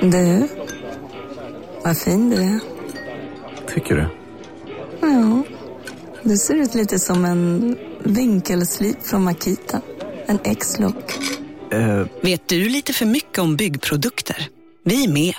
Du, vad fin du är. Tycker du? Ja, du ser ut lite som en vinkelslip från Makita. En X-look. Vet du lite för mycket om byggprodukter? Vi är med.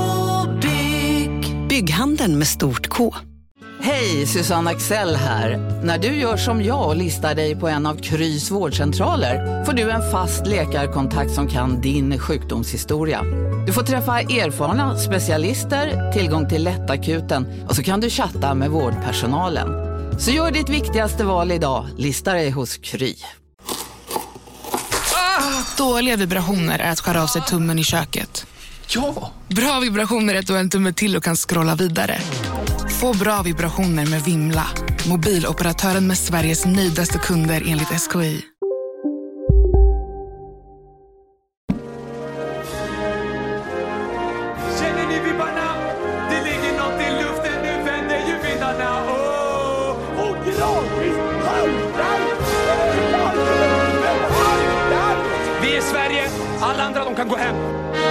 Bygghandeln med stort K. Hej, Susanne Axel här. När du gör som jag och listar dig på en av Krys vårdcentraler får du en fast läkarkontakt som kan din sjukdomshistoria. Du får träffa erfarna specialister, tillgång till lättakuten och så kan du chatta med vårdpersonalen. Så gör ditt viktigaste val idag, lista dig hos Kry. Dåliga vibrationer är att skära av sig tummen i köket. Ja! Bra vibrationer är att du har en tumme till och kan scrolla vidare. Få bra vibrationer med Vimla. Mobiloperatören med Sveriges nöjdaste kunder enligt SKI. Känner ni vibbarna? Det ligger något i luften, nu vänder ju vindarna. Och gradvis haltar. Vi är Sverige, alla andra de kan gå hem.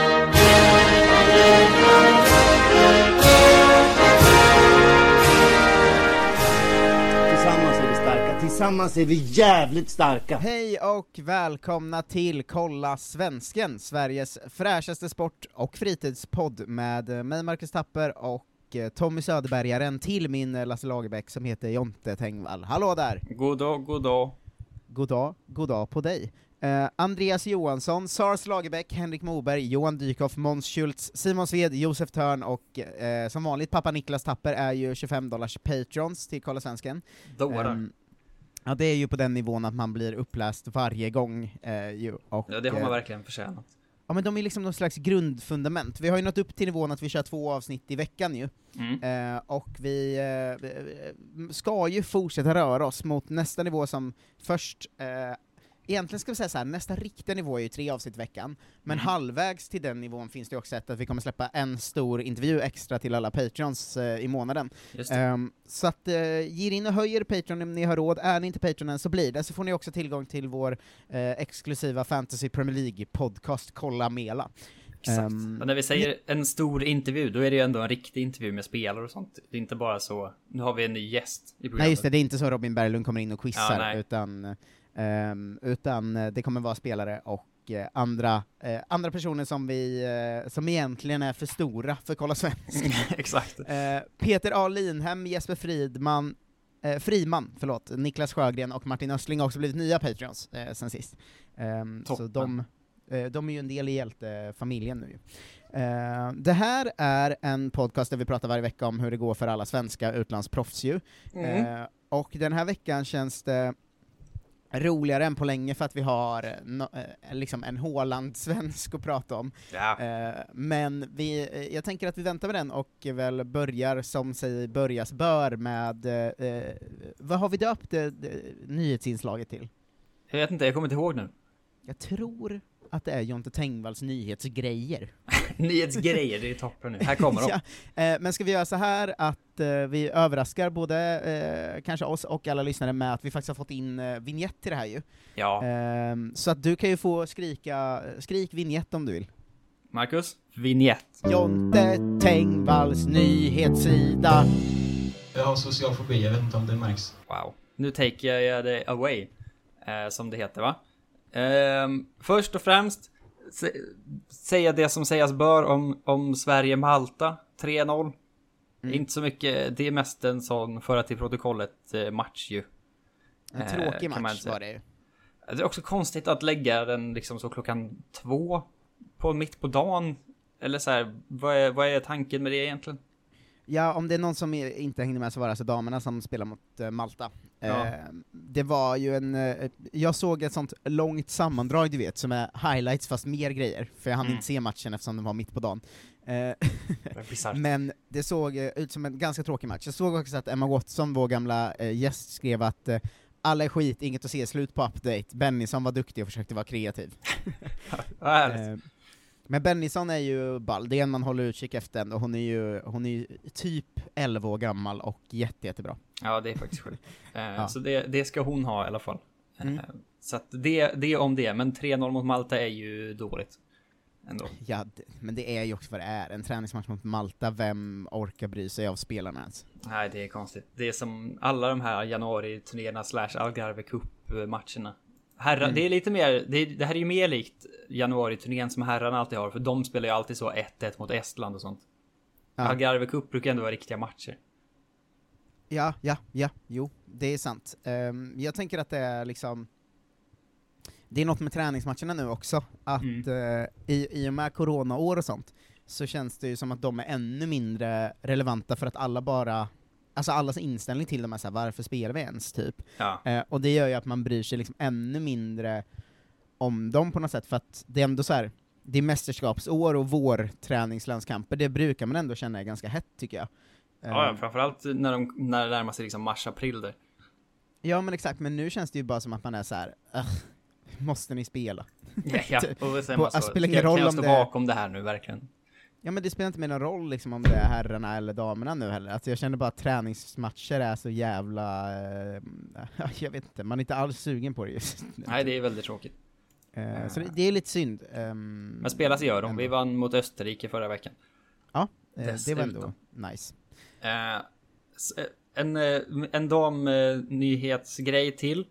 Tillsammans är vi jävligt starka. Hej och välkomna till Kolla Svensken, Sveriges fräschaste sport- och fritidspodd med mig Marcus Tapper och Tommy Söderbergaren till min Lasse Lagerbäck som heter Jonte Tengvall. Hallå där! God dag, god dag. God dag på dig. Andreas Johansson, Sars Lagerbäck, Henrik Moberg, Johan Dykhoff, Måns Schultz, Simon Sved, Josef Törn och som vanligt pappa Niklas Tapper är ju $25 patrons till Kolla Svensken. Ja, det är ju på den nivån att man blir uppläst varje gång. Ja, det har man verkligen förtjänat. Ja, men de är liksom någon slags grundfundament. Vi har ju nått upp till nivån att vi kör 2 avsnitt i veckan ju. Och vi ska ju fortsätta röra oss mot nästa nivå som först... Egentligen ska vi säga så här, nästa riktiga nivå är ju 3 avsnitt i veckan, men halvvägs till den nivån finns det också ett att vi kommer släppa en stor intervju extra till alla Patreons i månaden. Så att ge in och höjer Patreon om ni har råd. Är ni inte Patreon än så blir det, så får ni också tillgång till vår exklusiva Fantasy Premier League podcast Kolla Mela. Exakt. Och när vi säger en stor intervju, då är det ju ändå en riktig intervju med spelare och sånt. Det är inte bara så, nu har vi en ny gäst i programmet. Nej just det, det är inte så Robin Berglund kommer in och quizar, utan det kommer vara spelare och andra personer som egentligen är för stora för Kolla Svensk. Exakt. Peter A. Linhem, Jesper Friman, Niklas Sjögren och Martin Östling har också blivit nya Patreons sen sist. Så de är ju en del i hjältefamiljen nu. Det här är en podcast där vi pratar varje vecka om hur det går för alla svenska utlandsproffs ju. Och den här veckan känns det roligare än på länge för att vi har liksom en Haaland-svensk att prata om. Men jag tänker att vi väntar med den och väl börjar som sig börjas bör med vad har vi döpt nyhetsinslaget till? Jag vet inte, jag kommer inte ihåg nu. Jag tror att det är Jonte Tengvalls nyhetsgrejer. Nyhetsgrejer, det är toppen nu. Här kommer de. Men ska vi göra så här att vi överraskar både kanske oss och alla lyssnare med att vi faktiskt har fått in vignett till det här ju. Ja. Så att du kan ju få skrik vignett om du vill. Marcus, vignett. Jonte Tengvalls nyhetssida. Jag har social fobi, jag vet inte om det märks. Wow. Nu taker jag det away, som det heter va? Först och främst säga det som sägas bör om Sverige-Malta 3-0. Inte så mycket, det är mest en sån föra till protokollet match ju. En tråkig match var det ju. Det är också konstigt att lägga den liksom så 2:00 mitt på dagen. Eller så här, vad är tanken med det egentligen? Ja, om det är någon som inte hängde med så var det alltså damerna som spelar mot Malta. Det var ju jag såg ett sånt långt sammandrag, du vet, som är highlights fast mer grejer, för jag hann inte se matchen eftersom den var mitt på dagen. Men det såg ut som en ganska tråkig match. Jag såg också att Emma Watson, vår gamla gäst, skrev att alla är skit, inget att se, slut på update. Bennison var duktig och försökte vara kreativ. Men Bennison är ju ball, det är en man håller utkik efter den, och hon är ju typ 11 år gammal och jättebra. Ja, det är faktiskt sjukt. Så det ska hon ha i alla fall. Så att det om det, men 3-0 mot Malta är ju dåligt. ändå. Ja, men det är ju också vad det är. En träningsmatch mot Malta, vem orkar bry sig av spelarna ens? Nej, det är konstigt. Det är som alla de här januari-turnéerna / Algarve Cup-matcherna. Det är lite mer, det här är ju mer likt januari-turnén som herrarna alltid har, för de spelar ju alltid så 1-1 mot Estland och sånt. Ja. Algarve Cup brukar ändå vara riktiga matcher. Ja, jo, det är sant. Jag tänker att det är liksom, det är något med träningsmatcherna nu också, att i och med coronaår och sånt, så känns det ju som att de är ännu mindre relevanta för att allas inställning till dem är såhär, varför spelar vi ens, typ? Ja. Och det gör ju att man bryr sig liksom ännu mindre om dem på något sätt, för att det är ändå så här, det är mästerskapsår och vårträningslandskamper, det brukar man ändå känna är ganska hett, tycker jag. Ja, framförallt när det närmar sig liksom mars-april där. Ja, men exakt, men nu känns det ju bara som att man är så här: måste ni spela? Ja, och sen man så, spelar ingen roll kan jag om stå det bakom det här nu, verkligen? Ja, men det spelar inte med någon roll liksom om det är herrarna eller damerna nu heller. Alltså, jag känner bara att träningsmatcher är så jävla... jag vet inte, man är inte alls sugen på det just nu. Nej, det är väldigt tråkigt. Så det är lite synd. Men spelas gör de. Vi vann mot Österrike förra veckan. Ja, det var ändå nice. En damnyhetsgrej till.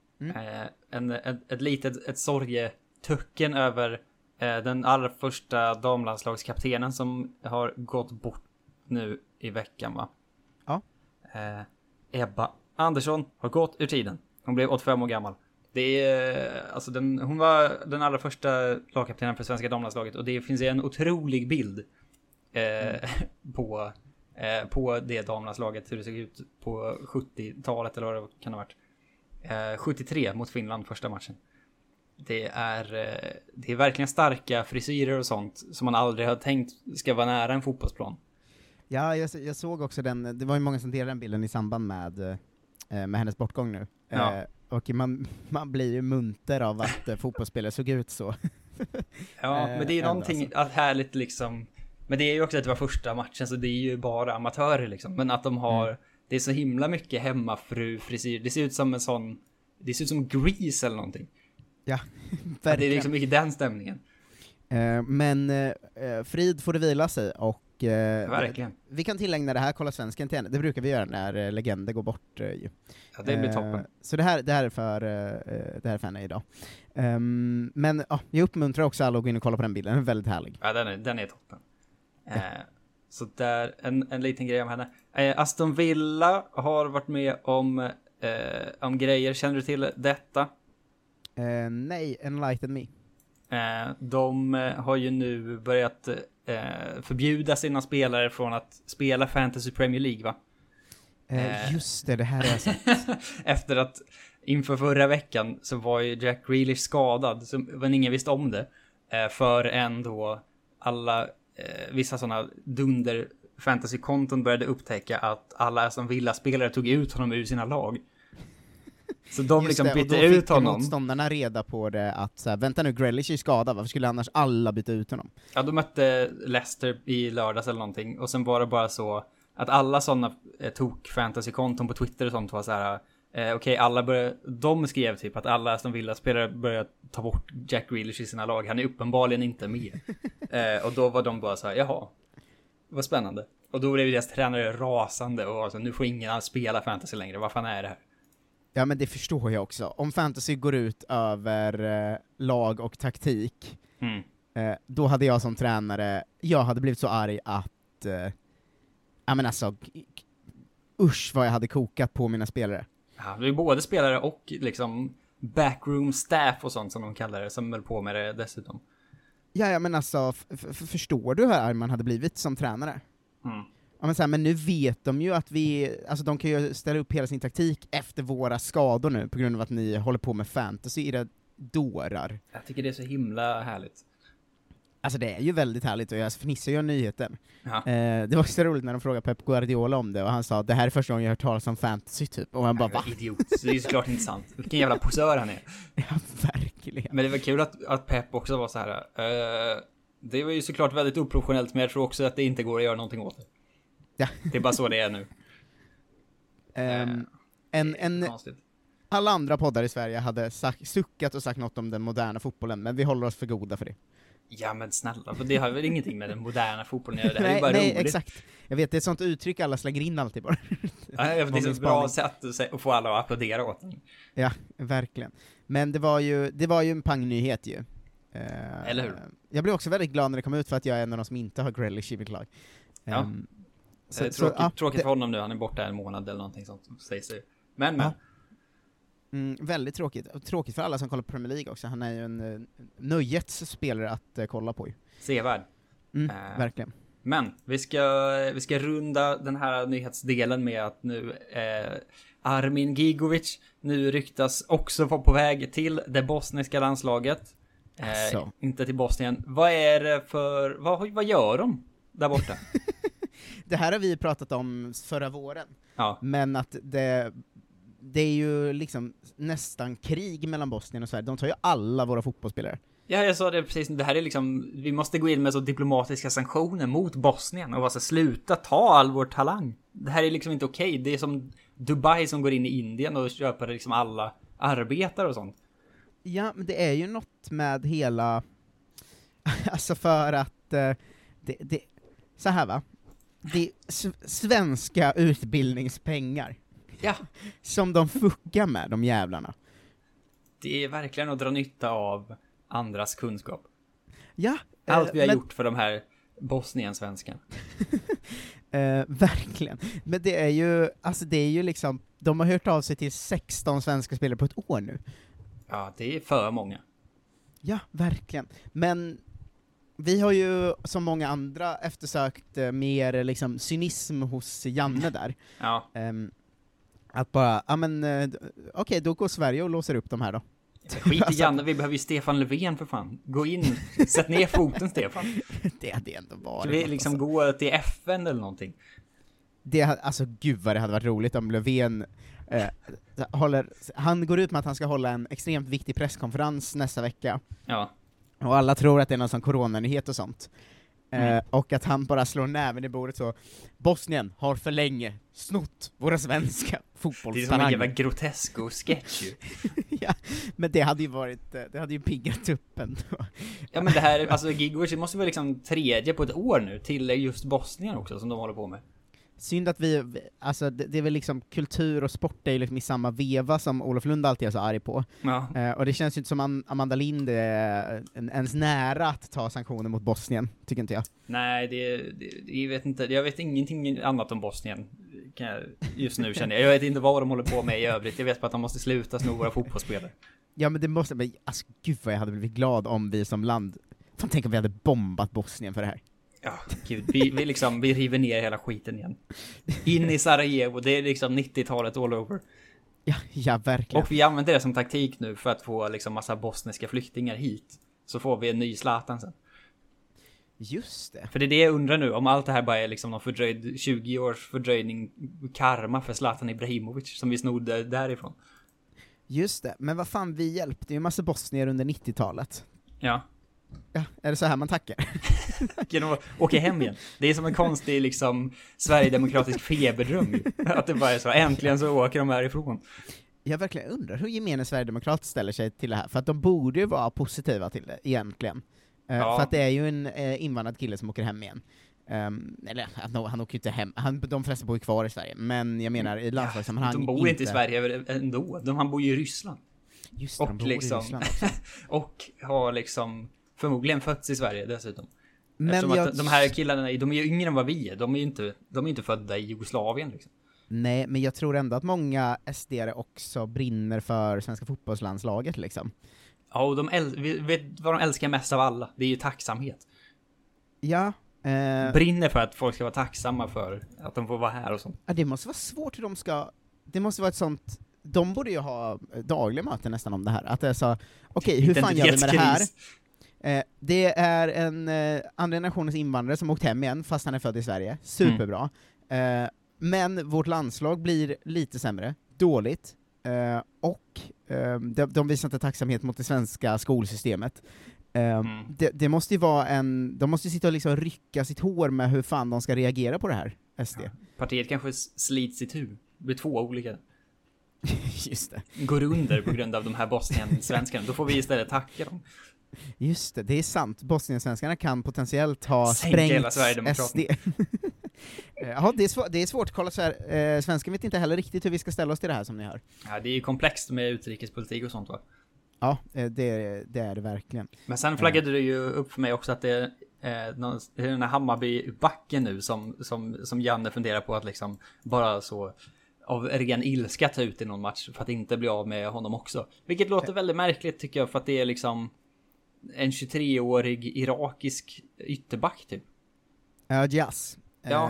Ett sorgetucken över den allra första damlandslagskaptenen som har gått bort nu i veckan, va? Ja. Ebba Andersson har gått ur tiden. Hon blev 85 år gammal. Det är, alltså hon var den allra första lagkaptenen för svenska damlandslaget, och det finns en otrolig bild på det damlandslaget, hur det såg ut på 70-talet eller vad det kan ha varit. 73 mot Finland första matchen. Det är verkligen starka frisyrer och sånt som man aldrig har tänkt ska vara nära en fotbollsplan. Ja, jag såg också den. Det var ju många som delade den bilden i samband med hennes bortgång nu. Ja. Och man blir ju munter av att fotbollsspelare såg ut så. Ja, men det är ju någonting härligt liksom. Men det är ju också att det var första matchen, så det är ju bara amatörer liksom. Men att de har, det är så himla mycket hemmafru-frisyr. Det ser ut som det ser ut som Grease eller någonting. Ja, verkligen. Det är liksom mycket den stämningen. Men frid får det vila sig, och verkligen. Vi kan tillägna det här Kolla Svensken till henne. Det brukar vi göra när legender går bort ju. Ja, det blir toppen. Så det här är för henne idag. Men jag uppmuntrar också alla att gå in och kolla på den bilden. Den är väldigt härlig. Ja, den är toppen. Så där, en liten grej om henne. Aston Villa har varit med om grejer. Känner du till detta? Nej, enlighten me. De har ju nu börjat förbjuda sina spelare från att spela Fantasy Premier League, va? Just det här är så. Efter att inför förra veckan så var ju Jack Grealish skadad, men ingen visste om det. För ändå alla vissa sådana dunder fantasy-konton började upptäcka att alla som Villa-spelare tog ut honom ur sina lag. Så de liksom bytte ut honom. Och då fick motståndarna reda på det att så här, vänta nu, Grealish är skadad, varför skulle annars alla byta ut honom? Ja, de mötte Leicester i lördags eller någonting, och sen var det bara så att alla sådana tog fantasy-konton på Twitter och sånt var så här. Okej, de skrev typ att alla som Villa-spelare började ta bort Jack Grealish i sina lag. Han är uppenbarligen inte med. Och då var de bara så här, jaha, vad spännande. Och då blev deras tränare rasande och alltså, nu får ingen alls spela fantasy längre. Vad fan är det här? Ja, men det förstår jag också. Om fantasy går ut över lag och taktik, då hade jag som tränare, jag hade blivit så arg att men alltså, usch vad jag hade kokat på mina spelare. Ja, det är både spelare och liksom backroom staff och sånt som de kallar det, som höll på med det dessutom. Ja, men alltså, förstår du hur arg man hade blivit som tränare? Ja, men, så här, men nu vet de ju att alltså de kan ju ställa upp hela sin taktik efter våra skador nu, på grund av att ni håller på med fantasy, era dårar. Jag tycker det är så himla härligt. Alltså det är ju väldigt härligt, och jag fnissar ju av nyheten. Ja. Det var så roligt när de frågade Pep Guardiola om det, och han sa att det här är första gången jag hört talas om fantasy typ. Och han bara, va? Idiot, så det är ju såklart inte sant. Vilken jävla posör han är. Ja, verkligen. Men det var kul att Pep också var så här. Det var ju såklart väldigt oprofessionellt, men jag tror också att det inte går att göra någonting åt det. Ja. Det är bara så det är nu. Konstigt. Alla andra poddar i Sverige hade suckat och sagt något om den moderna fotbollen, men vi håller oss för goda för det. Ja men snälla, för det har väl ingenting med den moderna fotbollen att göra. Det här är ju bara nej, roligt. Exakt. Jag vet, det är ett sånt uttryck alla slänger in alltid bara. Det är ett bra sätt att få alla att applådera åt den. Ja, verkligen. Men det var ju en pangnyhet ju. Eller hur? Jag blev också väldigt glad när det kom ut för att jag är en av de som inte har Grealish i mitt lag. Ja. Tråkigt för honom nu, han är borta en månad eller någonting sånt sägs det. Men. Väldigt tråkigt. Tråkigt för alla som kollar på Premier League också. Han är ju en nöjets spelare att kolla på ju. Sevärd. Verkligen. Men vi ska runda den här nyhetsdelen med att nu Armin Gigovic nu ryktas också vara på väg till det bosniska landslaget. Inte till Bosnien. Vad är det för vad gör de där borta? Det här har vi pratat om förra våren. Ja. Men att det är ju liksom nästan krig mellan Bosnien och Sverige. De tar ju alla våra fotbollsspelare. Ja, jag sa det precis. Det här är liksom, vi måste gå in med så diplomatiska sanktioner mot Bosnien och bara så sluta ta all vår talang. Det här är liksom inte okej. Det är som Dubai som går in i Indien och köper liksom alla arbetare och sånt. Ja, men det är ju något med hela alltså för att det så här va. Det är svenska utbildningspengar. Ja. Som de fuckar med, de jävlarna. Det är verkligen att dra nytta av andras kunskap. Ja. Allt vi har gjort för de här Bosnien-svenskan. Verkligen. Men det är ju liksom, de har hört av sig till 16 svenska spelare på ett år nu. Ja, det är för många. Ja, verkligen. Men vi har ju som många andra eftersökt mer liksom cynism hos Janne där. Ja. Att bara, okej, då går Sverige och låser upp de här då. Skit i Janne, vi behöver ju Stefan Löfven för fan. Gå in, sätt ner foten Stefan. Det hade ändå varit. Vi liksom gå till FN eller någonting. Alltså gud vad det hade varit roligt om Löfven han går ut med att han ska hålla en extremt viktig presskonferens nästa vecka. Ja. Och alla tror att det är någon sån coronanyhet och sånt. Och att han bara slår näven i bordet så. Bosnien har för länge snott våra svenska fotbollstalanger. Det är som en jävla grotesk och sketch ju. Ja, men det hade ju piggat upp ändå. Ja, men det här, alltså Gigovic måste vara liksom tredje på ett år nu till just Bosnien också som de håller på med. Synd att alltså det är väl liksom kultur och sport är liksom i samma veva som Olof Lund alltid är så arg på. Ja. Och det känns ju inte som Amanda Lind är ens nära att ta sanktioner mot Bosnien, tycker inte jag. Nej, jag vet inte. Jag vet ingenting annat om Bosnien just nu känner jag. Jag vet inte vad de håller på med i övrigt. Jag vet bara att de måste sluta sno våra fotbollsspelare. Ja, men det måste, men alltså gud vad jag hade blivit glad om vi som land, fan tänk om vi hade bombat Bosnien för det här. Ja, gud, vi river ner hela skiten igen. In i Sarajevo, det är liksom 90-talet all over. Ja, verkligen. Och vi använder det som taktik nu för att få liksom massa bosniska flyktingar hit. Så får vi en ny Zlatan sen. Just det. För det är det jag undrar nu, om allt det här bara är liksom någon fördröjd 20 års fördröjning karma för Zlatan Ibrahimovic som vi snodde därifrån. Just det, men vad fan, vi hjälpte ju en massa bosnier under 90-talet. Ja. Ja, är det så här man tackar? Genom att åka hem igen. Det är som en konstig liksom Sverigedemokratisk feberdröm. Att det bara är så, äntligen så åker de härifrån. Jag verkligen undrar hur gemene Sverigedemokrat ställer sig till det här. För att de borde ju vara positiva till det, egentligen. Ja. För att det är ju en invandrad kille som åker hem igen. Eller han åker ju inte hem. De flesta bor ju kvar i Sverige. Men jag menar, i landslagssammanhang de bor inte i Sverige ändå. Han bor ju i Ryssland. Just det, och de bor liksom, i Ryssland också. Och har liksom förmodligen fötts i Sverige dessutom. Men att de här killarna, de är ju yngre än vad vi är. De är inte födda i Jugoslavien liksom. Nej, men jag tror ändå att många SD:are också brinner för svenska fotbollslandslaget liksom. Ja, och vi vet vad de älskar mest av alla. Det är ju tacksamhet. Ja. Brinner för att folk ska vara tacksamma för att de får vara här och sånt. Ja, det måste vara svårt hur de ska. Det måste vara ett sånt. De borde ju ha dagliga möten nästan om det här. Att det är så, okej, hur fan gör vi med det här? Det är en andra generationens invandrare som åkt hem igen fast han är född i Sverige. Superbra. Men vårt landslag blir lite sämre. Dåligt. Och de visar inte tacksamhet mot det svenska skolsystemet. Det måste ju vara de måste sitta och liksom rycka sitt hår med hur fan de ska reagera på det här, SD. Ja. Partiet kanske slits sitt huvud. Det blir 2 olika. Just det. Går under på grund av de här Bosnien-svenskarna. Då får vi istället tacka dem. Just det är sant. Bosniensvenskarna kan potentiellt ha sprängt SD. Ja, det är svårt att kolla så här. Svenskan vet inte heller riktigt hur vi ska ställa oss till det här som ni hör. Ja, det är ju komplext med utrikespolitik och sånt, va? Ja, det är det verkligen. Men sen flaggade det ju upp för mig också att det är den här Hammarby-backen nu som Janne funderar på att liksom bara så av ren ilska ta ut i någon match för att inte bli av med honom också. Vilket låter väldigt märkligt tycker jag, för att det är liksom en 23-årig irakisk ytterback typ. Diaz. Ja,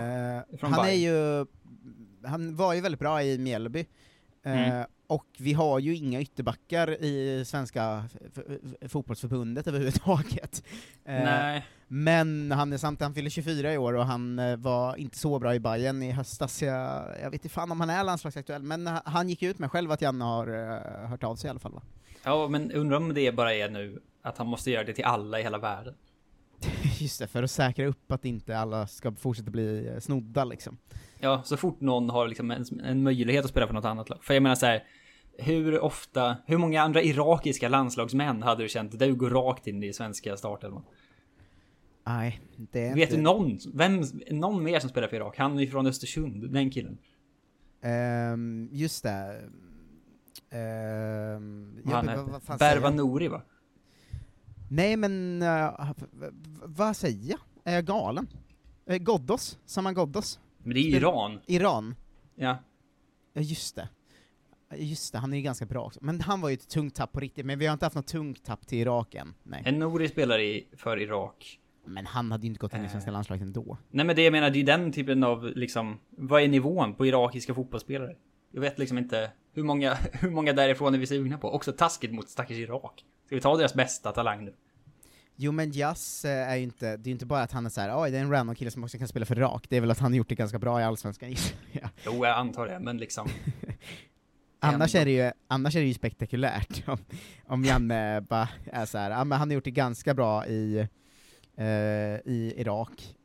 han var ju väldigt bra i Mjällby. Och vi har ju inga ytterbackar i svenska fotbollsförbundet överhuvudtaget. Nej. Men han fyller 24 i år och han var inte så bra i Bayern i höstas. Jag vet inte fan om han är landslagsaktuell, men han gick ut med själv att Janne har hört av sig i alla fall, va? Ja, men undrar om det bara är nu att han måste göra det till alla i hela världen. Just det, för att säkra upp att inte alla ska fortsätta bli snodda liksom. Ja, så fort någon har liksom en möjlighet att spela för något annat lag. För jag menar så här, hur många andra irakiska landslagsmän hade du känt du går rakt in i svenska startelvan? Nej, det är vet inte... du någon mer som spelar för Irak? Han är från Östersund, den killen. Just det. Berva Nouri, va? Nej, men vad säger jag? Är jag galen? Ghoddos, Saman Ghoddos. Men det är Iran. Iran? Ja. Just det, han är ju ganska bra också. Men han var ju ett tungt tapp på riktigt, men vi har inte haft något tungt tapp till Irak än. Nej. En Nouri spelar för Irak. Men han hade ju inte gått in i svenska landslaget ändå. Nej, men det jag menar, det är den typen av liksom, vad är nivån på irakiska fotbollsspelare? Jag vet liksom inte hur många därifrån är vi sugna på. Också taskigt mot stackars Irak. Ska vi ta deras bästa talang nu? Jo, men Jas är ju inte, det är inte bara att han är så här, det är en random kille som också kan spela för Irak. Det är väl att han har gjort det ganska bra i Allsvenskan. Ja. Jo, jag antar det, men liksom annars är det ju spektakulärt om Janne bara är så här, men han har gjort det ganska bra i Irak.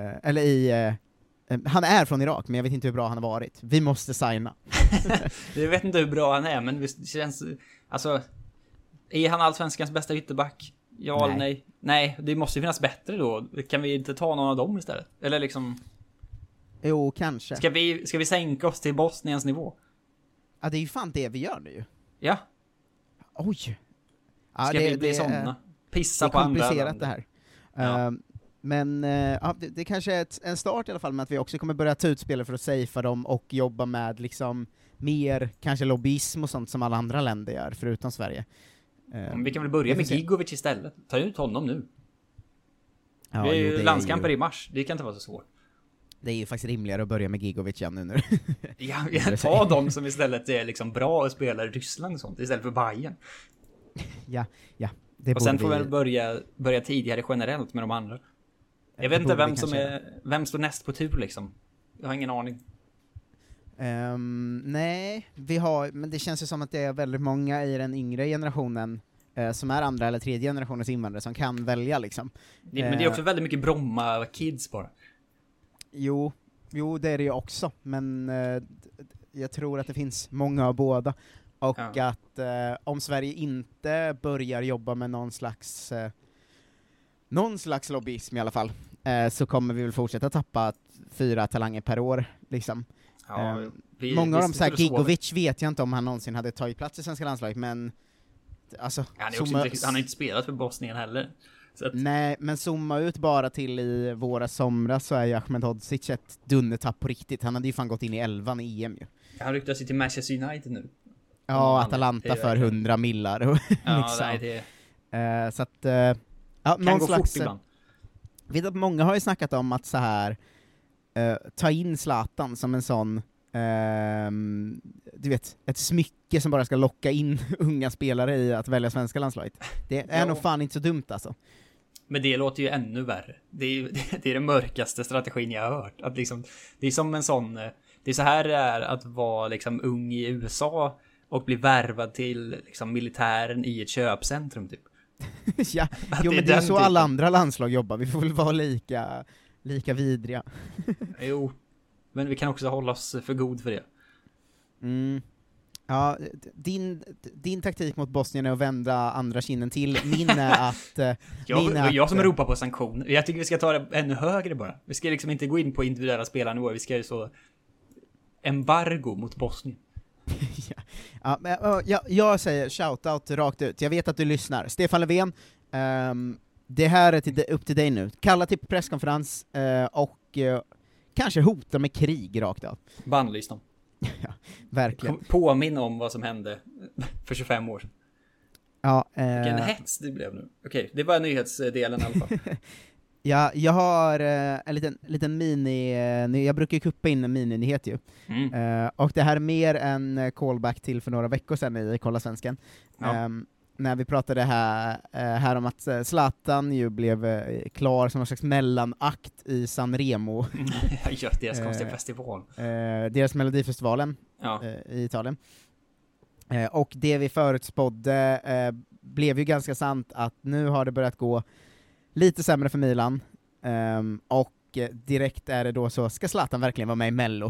Han är från Irak, men jag vet inte hur bra han har varit. Vi måste signa. Jag vet inte hur bra han är, men det känns, alltså, är han Allsvenskans bästa ytterback? Ja eller nej? Nej, det måste ju finnas bättre då. Kan vi inte ta någon av dem istället? Eller liksom... Jo, kanske. Ska vi sänka oss till Bosniens nivå? Ja, det är ju fan det vi gör nu. Ja. Oj. Ja, ska vi bli sådana? Pissa på andra. Det är komplicerat det här. Ja. Men det kanske är en start i alla fall med att vi också kommer börja ta ut spelare för att safea dem och jobba med liksom mer kanske lobbyism och sånt som alla andra länder gör förutom Sverige. Vi kan väl börja med Gigovic istället. Ta ut honom nu. Ja, det är ju landskamper i mars. Det kan inte vara så svårt. Det är ju faktiskt rimligare att börja med Gigovic igen nu. Ja, ta dem som istället är liksom bra och spelar i Ryssland och sånt istället för Bayern. Ja. Och sen får vi börja tidigare generellt med de andra. Jag vet inte vem står näst på tur liksom. Jag har ingen aning. Nej, men det känns ju som att det är väldigt många i den yngre generationen som är andra eller tredje generationens invandrare som kan välja liksom. Men det är också väldigt mycket Bromma kids bara. Jo, det är det ju också, men jag tror att det finns många av båda. Och att om Sverige inte börjar jobba med någon slags lobbyism i alla fall, så kommer vi väl fortsätta tappa 4 talanger per år liksom. Ja, många av dem, såhär Gigovic vet jag inte om han någonsin hade tagit plats i svenska landslaget, men alltså, han har inte spelat för Bosnien heller. Så att... Nej, men zooma ut bara till i våra somras så är ju Ahmed Hodzic ett dundertapp på riktigt. Han hade ju fan gått in i 11 i EM ju. Han ryktas ju till Manchester United nu. Ja, Atalanta för 100 millar. Ja, liksom. Nej, det... Så att... någon gå slags... fort ibland. Vet att många har ju snackat om att så här ta in Zlatan som en sån du vet, ett smycke som bara ska locka in unga spelare i att välja svenska landslaget. Det är nog fan inte så dumt alltså. Men det låter ju ännu värre. Det är den mörkaste strategin jag har hört. Att liksom, det är som en sån... Det är så här det är att vara liksom ung i USA och bli värvad till liksom militären i ett köpcentrum typ. Ja, men det är så alla andra landslag jobbar. Vi får väl vara lika vidriga. Jo, men vi kan också hålla oss för god för det. Ja, din taktik mot Bosnien är att vända andra kinden till. Min är att... jag som ropar på sanktioner. Jag tycker vi ska ta det ännu högre bara. Vi ska liksom inte gå in på individuella spelarnivåer. Vi ska ju så... embargo mot Bosnien. Jag säger shoutout rakt ut. Jag vet att du lyssnar. Stefan Löfven, det här är upp till dig nu. Kalla till presskonferens och kanske hota med krig rakt av. Bannlystan. Ja, verkligen. Påminn om vad som hände för 25 år sedan. Ja, vilken hets det blev nu. Okej, det var nyhetsdelen i alla fall. Ja, jag har en liten jag brukar ju kuppa in en mini-nyhet ju. Och det här är mer en callback till för några veckor sedan i Kolla Svensken. Ja. När vi pratade här om att Zlatan ju blev klar som en slags mellanakt i San Remo. Ja, deras konstiga festival. Deras Melodifestivalen i Italien. Och det vi förutspådde blev ju ganska sant, att nu har det börjat gå lite sämre för Milan, och direkt är det då så, ska Zlatan verkligen vara med i Mello?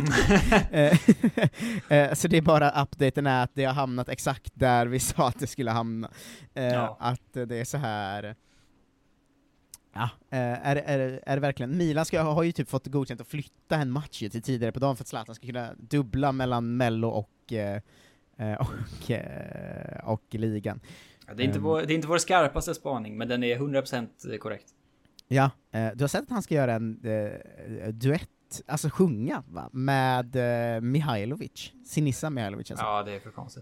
Så det är bara updaten är att det har hamnat exakt där vi sa att det skulle hamna. Att det är så här. Ja, är det verkligen? Milan har ju typ fått godkänt att flytta en match till tidigare på dagen för att Zlatan ska kunna dubbla mellan Mello och ligan. Ja, det är inte vår skarpaste spaning, men den är 100% korrekt. Ja, du har sett att han ska göra en duett, alltså sjunga va? Med Mihailovic, Sinisa Mihailovic alltså. Ja, det är för konstigt.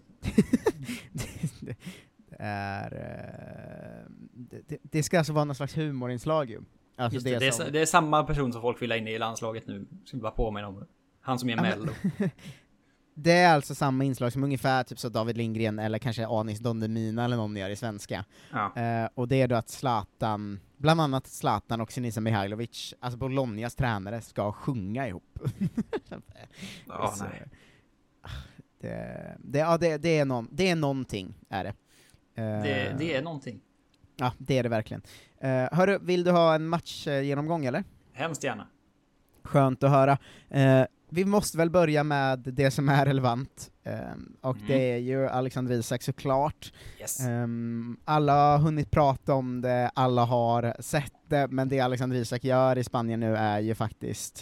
Det ska alltså vara någon slags humorinslag ju. Alltså det är samma person som folk vill ha in i landslaget nu, ska vi bara påminna om. Han som är Mello. Det är alltså samma inslag som ungefär typ så David Lindgren eller kanske Anis Don Demina eller någon gör i svenska. Ja. Och det är då att Zlatan, bland annat Zlatan och Sinisa Mihailovic, alltså Bolognas tränare, ska sjunga ihop. Det är någonting, är det. Det är någonting. Ja, det är det verkligen. Hörru, vill du ha en matchgenomgång eller? Hemskt gärna. Skönt att höra. Vi måste väl börja med det som är relevant, och det är ju Alexander Isak såklart. Yes. Alla har hunnit prata om det, alla har sett det, men det Alexander Isak gör i Spanien nu är ju faktiskt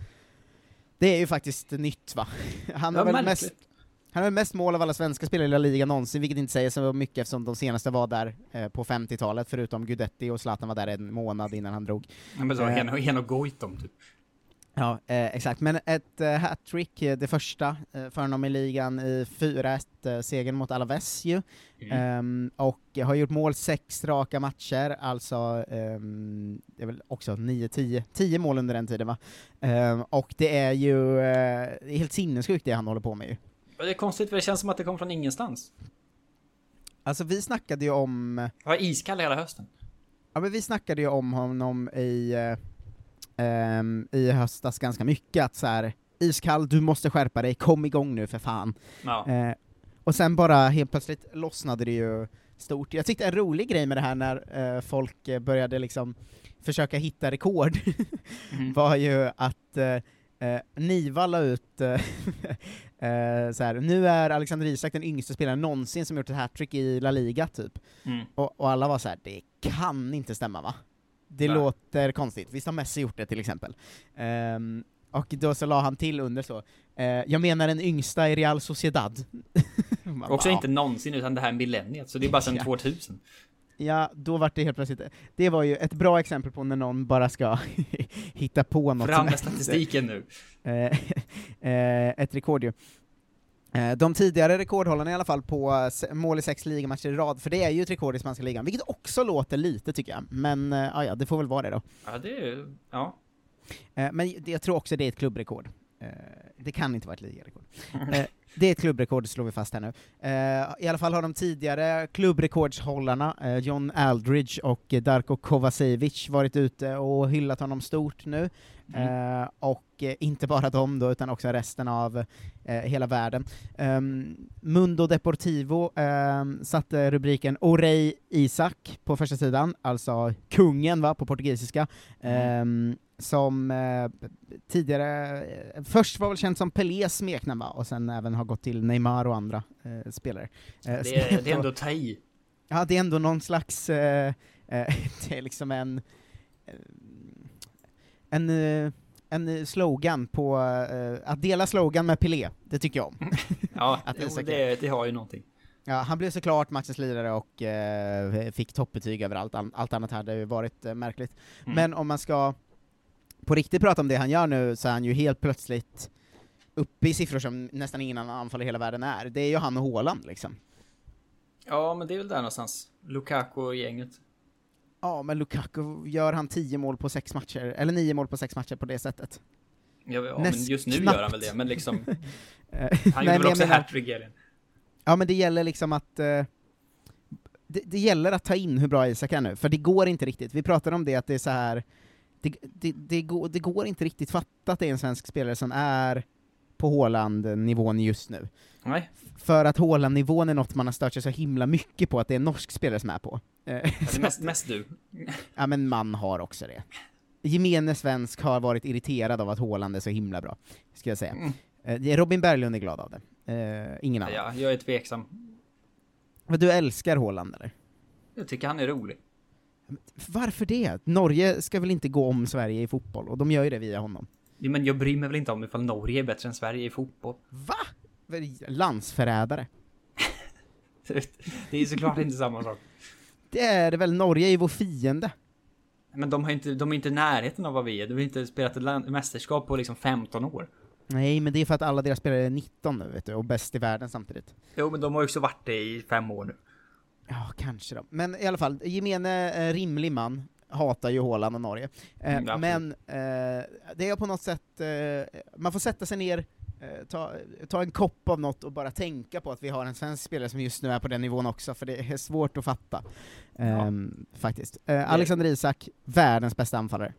nytt va? Han har väl mest mål av alla svenska spelare i La Liga någonsin, vilket inte säger så mycket eftersom de senaste var där på 50-talet, förutom Gudetti, och Zlatan var där en månad innan han drog. Men så en och Goitom typ. Ja, exakt. Men ett hattrick, det första för honom i ligan i 4-1-segern mot Alaves ju. Och har gjort mål 6 raka matcher, alltså det är väl också 10 mål under den tiden va? Och det är ju helt sinnessjukt det han håller på med ju. Det är konstigt för det känns som att det kom från ingenstans. Alltså vi snackade ju om... Jag var iskall hela hösten. Ja, men vi snackade ju om honom i höstas ganska mycket, att så här, iskall, du måste skärpa dig, kom igång nu för fan. Ja. Och sen bara helt plötsligt lossnade det ju stort. Jag tyckte en rolig grej med det här när folk började liksom försöka hitta rekord var ju att Niva la ut så här, nu är Alexander Isak den yngsta spelaren någonsin som gjort ett hattrick i La Liga typ. Och alla var så här, det kan inte stämma va? Det låter konstigt. Visst har Messi gjort det till exempel. Och då så la han till under så. Jag menar den yngsta i Real Sociedad. Också inte någonsin utan det här millenniet. Så det är bara sedan 2000. Ja, då var det helt plötsligt. Det var ju ett bra exempel på när någon bara ska hitta på något. Fram med statistiken nu. Ett rekord ju. De tidigare rekordhållarna i alla fall på mål i 6 ligamatcher i rad, för det är ju ett rekord i spanska ligan, vilket också låter lite tycker jag, men ja, det får väl vara det då. Ja, det är ja. Men jag tror också det är ett klubbrekord. Det kan inte vara ett ligarekord. Det är ett klubbrekord, slår vi fast här nu. I alla fall har de tidigare klubbrekordshållarna, John Aldridge och Darko Kovacevic, varit ute och hyllat honom stort nu. Och inte bara de då, utan också resten av hela världen. Mundo Deportivo satte rubriken Orei Isak på första sidan, alltså kungen va, på portugisiska. Som tidigare först var väl känt som Pelés smeknamn va, och sen även har gått till Neymar och andra spelare. Det är ändå ta i. Ja, det är ändå någon slags det är liksom en slogan på att dela slogan med Pelé. Det tycker jag om. Ja, det har ju någonting. Ja, han blev såklart matchens lirare och fick toppbetyg överallt. Allt annat hade ju varit märkligt. Men om man ska på riktigt prata om det han gör nu, så är han ju helt plötsligt uppe i siffror som nästan ingen annan anfall i hela världen är. Det är ju han och Haaland liksom. Ja, men det är väl där någonstans. Lukaku och gänget. Ja, men Lukaku, gör han 10 mål på 6 matcher, eller 9 mål på 6 matcher på det sättet? Ja, men just nu knappt. Gör han väl det, men liksom han gjorde väl också hat-trick. Ja, men det gäller liksom att det gäller att ta in hur bra Isak är nu, för det går inte riktigt. Vi pratade om det, att det är så här det går inte riktigt fatta att det är en svensk spelare som är på Haaland-nivån just nu. Nej. För att Haaland-nivån är något man har stört sig så himla mycket på, att det är en norsk spelare som är på. Det är mest du. Ja, men man har också det. Gemene svensk har varit irriterad av att Haaland är så himla bra, ska jag säga. Robin Berglund är glad av det. Ingen annan. Ja, jag är tveksam. Men du älskar Haaland, eller? Jag tycker han är rolig. Varför det? Norge ska väl inte gå om Sverige i fotboll, och de gör ju det via honom. Ja, men jag bryr mig väl inte om ifall Norge är bättre än Sverige i fotboll. Va? Landsförrädare. Det är såklart inte samma sak. Det är väl, Norge är vår fiende. Men de är inte i närheten av vad vi är. De har inte spelat ett mästerskap på liksom 15 år. Nej, men det är för att alla deras spelare är 19 nu, vet du, och bäst i världen samtidigt. Jo, men de har ju också varit det i 5 år nu. Ja, kanske då. Men i alla fall, gemene rimlig man hatar ju Haaland och Norge. Men det är på något sätt, man får sätta sig ner, ta en kopp av något och bara tänka på att vi har en svensk spelare som just nu är på den nivån också, för det är svårt att fatta. Faktiskt. Alexander Isak, världens bästa anfallare.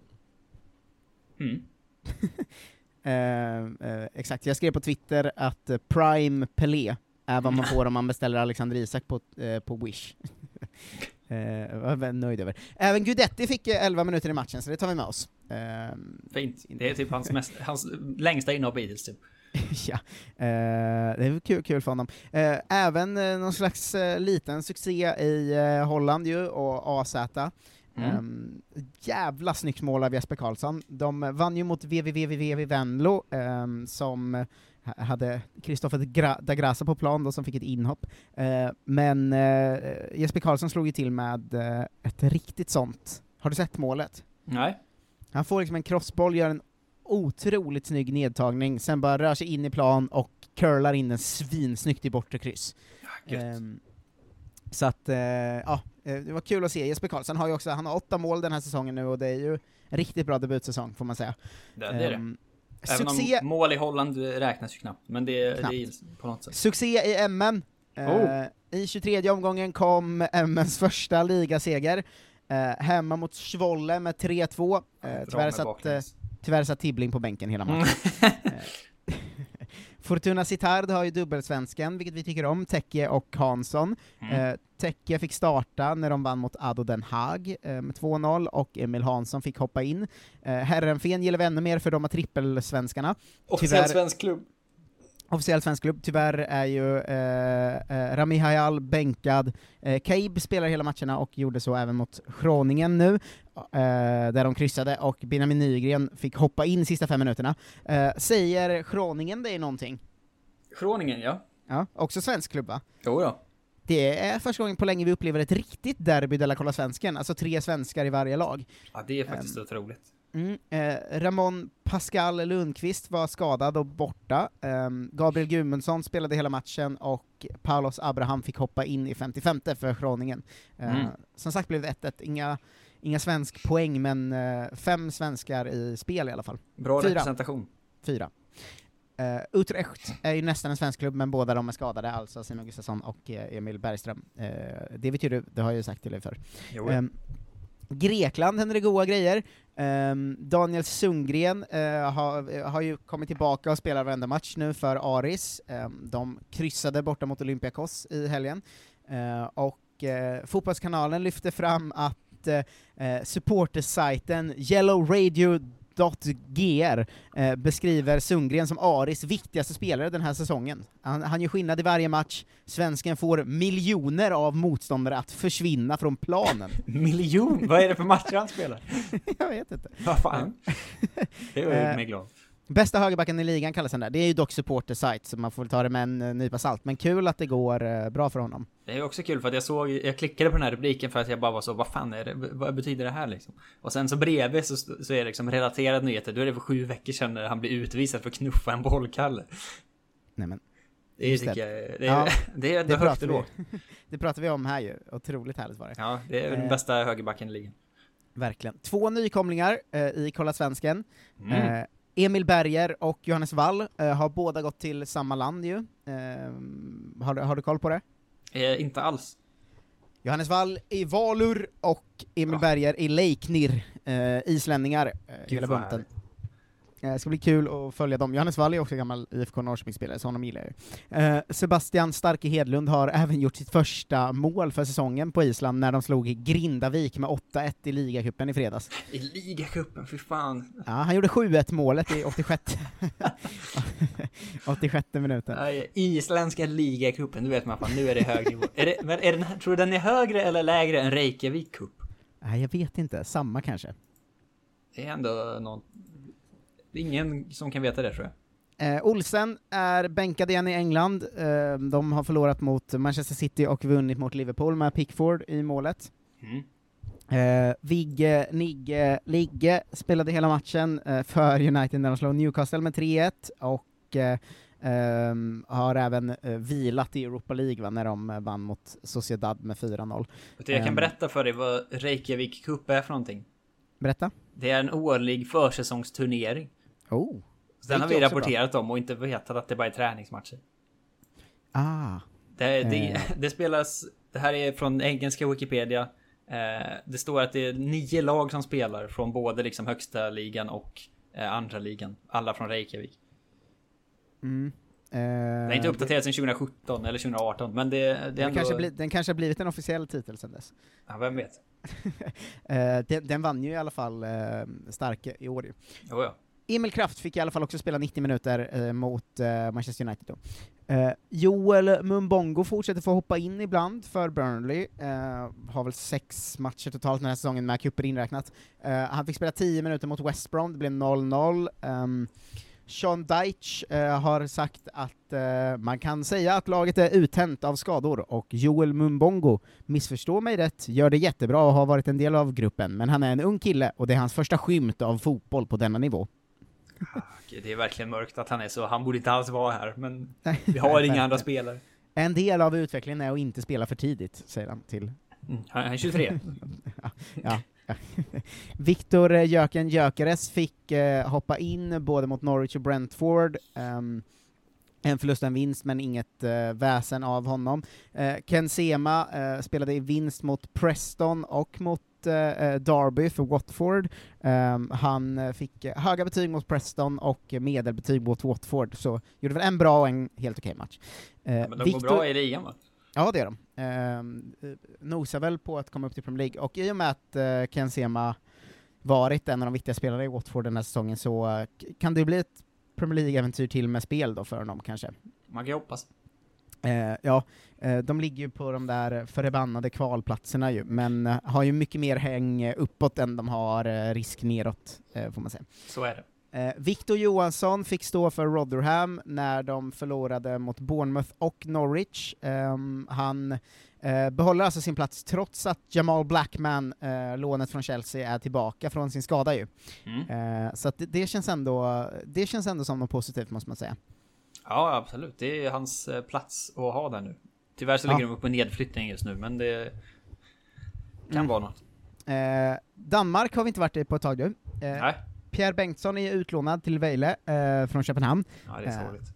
Exakt, jag skrev på Twitter att Prime Pelé är vad man får om man beställer Alexander Isak på Wish. Jag var nöjd över. Även Guidetti fick 11 minuter i matchen, så det tar vi med oss. Fint. Det är typ hans längsta inhopp hittills typ. Ja, det är kul för honom. Även någon slags liten succé i Holland ju, och AZ. Jävla snyggt mål av Jesper Karlsson. De vann ju mot VVVV Venlo, som hade Kristoffer da Graça på plan då, som fick ett inhopp. Men Jesper Karlsson slog ju till med ett riktigt sånt. Har du sett målet? Nej. Han får liksom en crossboll, gör en otroligt snygg nedtagning, sen bara rör sig in i plan och curlar in en svinsnyggt i bortre kryss. Så att, det var kul att se. Jesper Karlsson har ju också, han har 8 mål den här säsongen nu, och det är ju en riktigt bra debutsäsong, får man säga. Det är det. Även om mål i Holland räknas ju knappt, men det är på något sätt. Succé i MN. I 23:e omgången kom MNs första ligaseger. Hemma mot Zwolle med 3-2. Tyvärr satt Tibbling på bänken hela matchen. Fortuna Sittard har ju dubbelsvensken, vilket vi tycker om, Tekke och Hansson. Tekke fick starta när de vann mot Ado Den Haag med 2-0, och Emil Hansson fick hoppa in. Herrenfen gillar vi ännu mer, för de har trippelsvenskarna. Officiell svensk klubb. Tyvärr är ju Rami Hayal bänkad. Kaib spelar hela matcherna och gjorde så även mot Groningen nu, där de kryssade, och Benjamin Nygren fick hoppa in sista 5 minuterna. Säger Groningen det är någonting? Groningen, ja. Ja, också svensk klubb, va? Jo då. Det är första gången på länge vi upplever ett riktigt derby där la kolla svensken, alltså 3 svenskar i varje lag. Ja, det är faktiskt otroligt. Ramon Pascal Lundqvist var skadad och borta. Gabriel Gudmundsson spelade hela matchen, och Paulos Abraham fick hoppa in i 55 för Groningen. Som sagt blev det 1-1. Inga svensk poäng, men 5 svenskar i spel i alla fall. Bra representation. 4. Utrecht är ju nästan en svensk klubb, men båda de är skadade, alltså Simon Gustafsson och Emil Bergström. Det vet ju du, det har jag ju sagt till dig för. Grekland händer det goda grejer. Daniel Sundgren har ju kommit tillbaka och spelar varenda match nu för Aris. De kryssade borta mot Olympiakos i helgen. Och Fotbollskanalen lyfter fram att supportersajten Yellow Radio Sport.gr beskriver Sundgren som Aris viktigaste spelare den här säsongen. Han gör skillnad i varje match. Svensken får miljoner av motståndare att försvinna från planen. Miljon? Vad är det för matcher han spelar? Jag vet inte. Vad fan? Det är mig glad. Bästa högerbacken i ligan kallas han där. Det är ju dock supporter site, så man får ta det med en nypa salt. Men kul att det går bra för honom. Det är också kul för att jag klickade på den här rubriken för att jag bara var så, vad fan är det? Vad betyder det här liksom? Och sen så bredvid så är det liksom relaterade nyheter. Då är det för 7 veckor sedan när han blir utvisad för att knuffa en bollkalle. Nej men. Det högt och lågt. Det pratar vi om här ju. Otroligt härligt var det. Ja, det är den bästa högerbacken i ligan. Verkligen. 2 nykomlingar i Kolla Svensken. Emil Berger och Johannes Wall har båda gått till samma land ju. Har du koll på det? Inte alls. Johannes Wall i Valur och Emil Berger i Leiknir, islänningar, hela bunten. Det ska bli kul att följa dem. Johannes Wall är också gammal IFK Norrköping-spelare, så honom gillar jag. Sebastian Starke Hedlund har även gjort sitt första mål för säsongen på Island när de slog i Grindavik med 8-1 i ligacupen i fredags. I ligacupen, för fan. Ja, han gjorde 7-1 målet i 86 minuten. Isländska ligacupen, du vet man fan, nu är det hög nivå. Tror du den är högre eller lägre än Reykjavik Cup? Nej, jag vet inte. Samma kanske. Det är ändå någon... Ingen som kan veta det, tror jag. Olsen är bänkad igen i England. De har förlorat mot Manchester City och vunnit mot Liverpool med Pickford i målet. Vigge, Nigge, Ligge spelade hela matchen för United när de slog Newcastle med 3-1 och har även vilat i Europa League när de vann mot Sociedad med 4-0. Jag kan berätta för dig vad Reykjavik Cup är för någonting. Berätta. Det är en årlig försäsongsturnering. Den har vi rapporterat om och inte vetat att det bara är träningsmatcher. Det spelas, det här är från engelska Wikipedia. Det står att det är 9 lag som spelar från både liksom högsta ligan och andra ligan. Alla från Reykjavik. Det är inte uppdaterat sedan 2017 eller 2018, men det är ändå... Den kanske har blivit en officiell titel sedan dess. Ja, vem vet. Den vann ju i alla fall Starke i år. Ja. Emil Kraft fick i alla fall också spela 90 minuter mot Manchester United då. Joel Mumbongo fortsätter få hoppa in ibland för Burnley. Har väl 6 matcher totalt den här säsongen med cuper inräknat. Han fick spela 10 minuter mot West Brom, det blev 0-0. Sean Dyche har sagt att man kan säga att laget är uttänt av skador och Joel Mumbongo, missförstå mig rätt, gör det jättebra och har varit en del av gruppen, men han är en ung kille och det är hans första skymt av fotboll på denna nivå. Det är verkligen mörkt att han är så, han borde inte alls vara här, men vi har inga andra spelare. En del av utvecklingen är att inte spela för tidigt, säger han till. Han är 23. Ja. Viktor Jöken Jökeres fick hoppa in både mot Norwich och Brentford. En förlust och en vinst, men inget väsen av honom. Ken Sema spelade i vinst mot Preston och mot Derby för Watford. Han fick höga betyg mot Preston och medelbetyg mot Watford, så gjorde väl en bra och en helt okej match. Men de går bra i ligan, va? Ja, det är de. Nosar väl på att komma upp till Premier League, och i och med att Ken Sema varit en av de viktiga spelarna i Watford den här säsongen, så kan det bli ett Premier League-äventyr till med spel då för honom kanske. Man kan hoppas. De ligger ju på de där förbannade kvalplatserna ju, men har ju mycket mer häng uppåt än de har risk neråt, får man säga. Så är det. Victor Johansson fick stå för Rotherham när de förlorade mot Bournemouth och Norwich. Han behåller alltså sin plats trots att Jamal Blackman, lånet från Chelsea, är tillbaka från sin skada ju. Så att det känns ändå som något positivt, måste man säga. Ja, absolut. Det är hans plats att ha där nu. Tyvärr så ligger de upp på nedflyttning just nu, men det kan vara något. Danmark har vi inte varit i på ett tag nu. Nej. Pierre Bengtsson är utlånad till Vejle från Köpenhamn. Ja, det är sorgligt.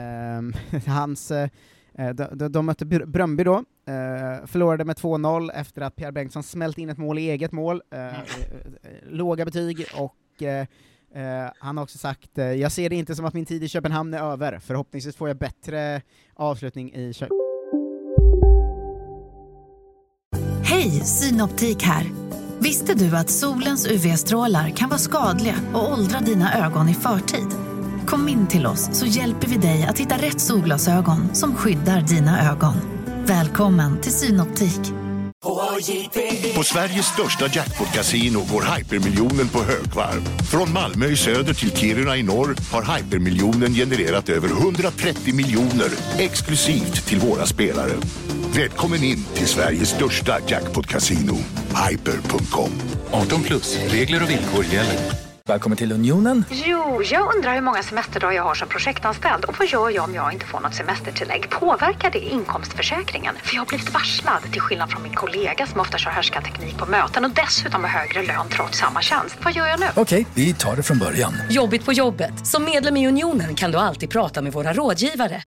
De mötte Brøndby då, förlorade med 2-0 efter att Pierre Bengtsson smält in ett mål i eget mål. Låga betyg, och han har också sagt, jag ser det inte som att min tid i Köpenhamn är över. Förhoppningsvis får jag bättre avslutning i Hej, Synoptik här. Visste du att solens UV-strålar kan vara skadliga och åldra dina ögon i förtid? Kom in till oss så hjälper vi dig att hitta rätt solglasögon som skyddar dina ögon. Välkommen till Synoptik. På Sveriges största jackpot-casino går Hypermiljonen på högvarv. Från Malmö i söder till Kiruna i norr har Hypermiljonen genererat över 130 miljoner exklusivt till våra spelare. Välkommen in till Sveriges största jackpot-casino, hyper.com. 18+, regler och villkor gäller. Välkommen till Unionen. Jo, jag undrar hur många semesterdagar jag har som projektanställd. Och vad gör jag om jag inte får något semestertillägg? Påverkar det inkomstförsäkringen? För jag har blivit varslad, till skillnad från min kollega som ofta kör härskarteknik på möten och dessutom har högre lön trots samma tjänst. Vad gör jag nu? Okej, vi tar det från början. Jobbigt på jobbet. Som medlem i Unionen kan du alltid prata med våra rådgivare.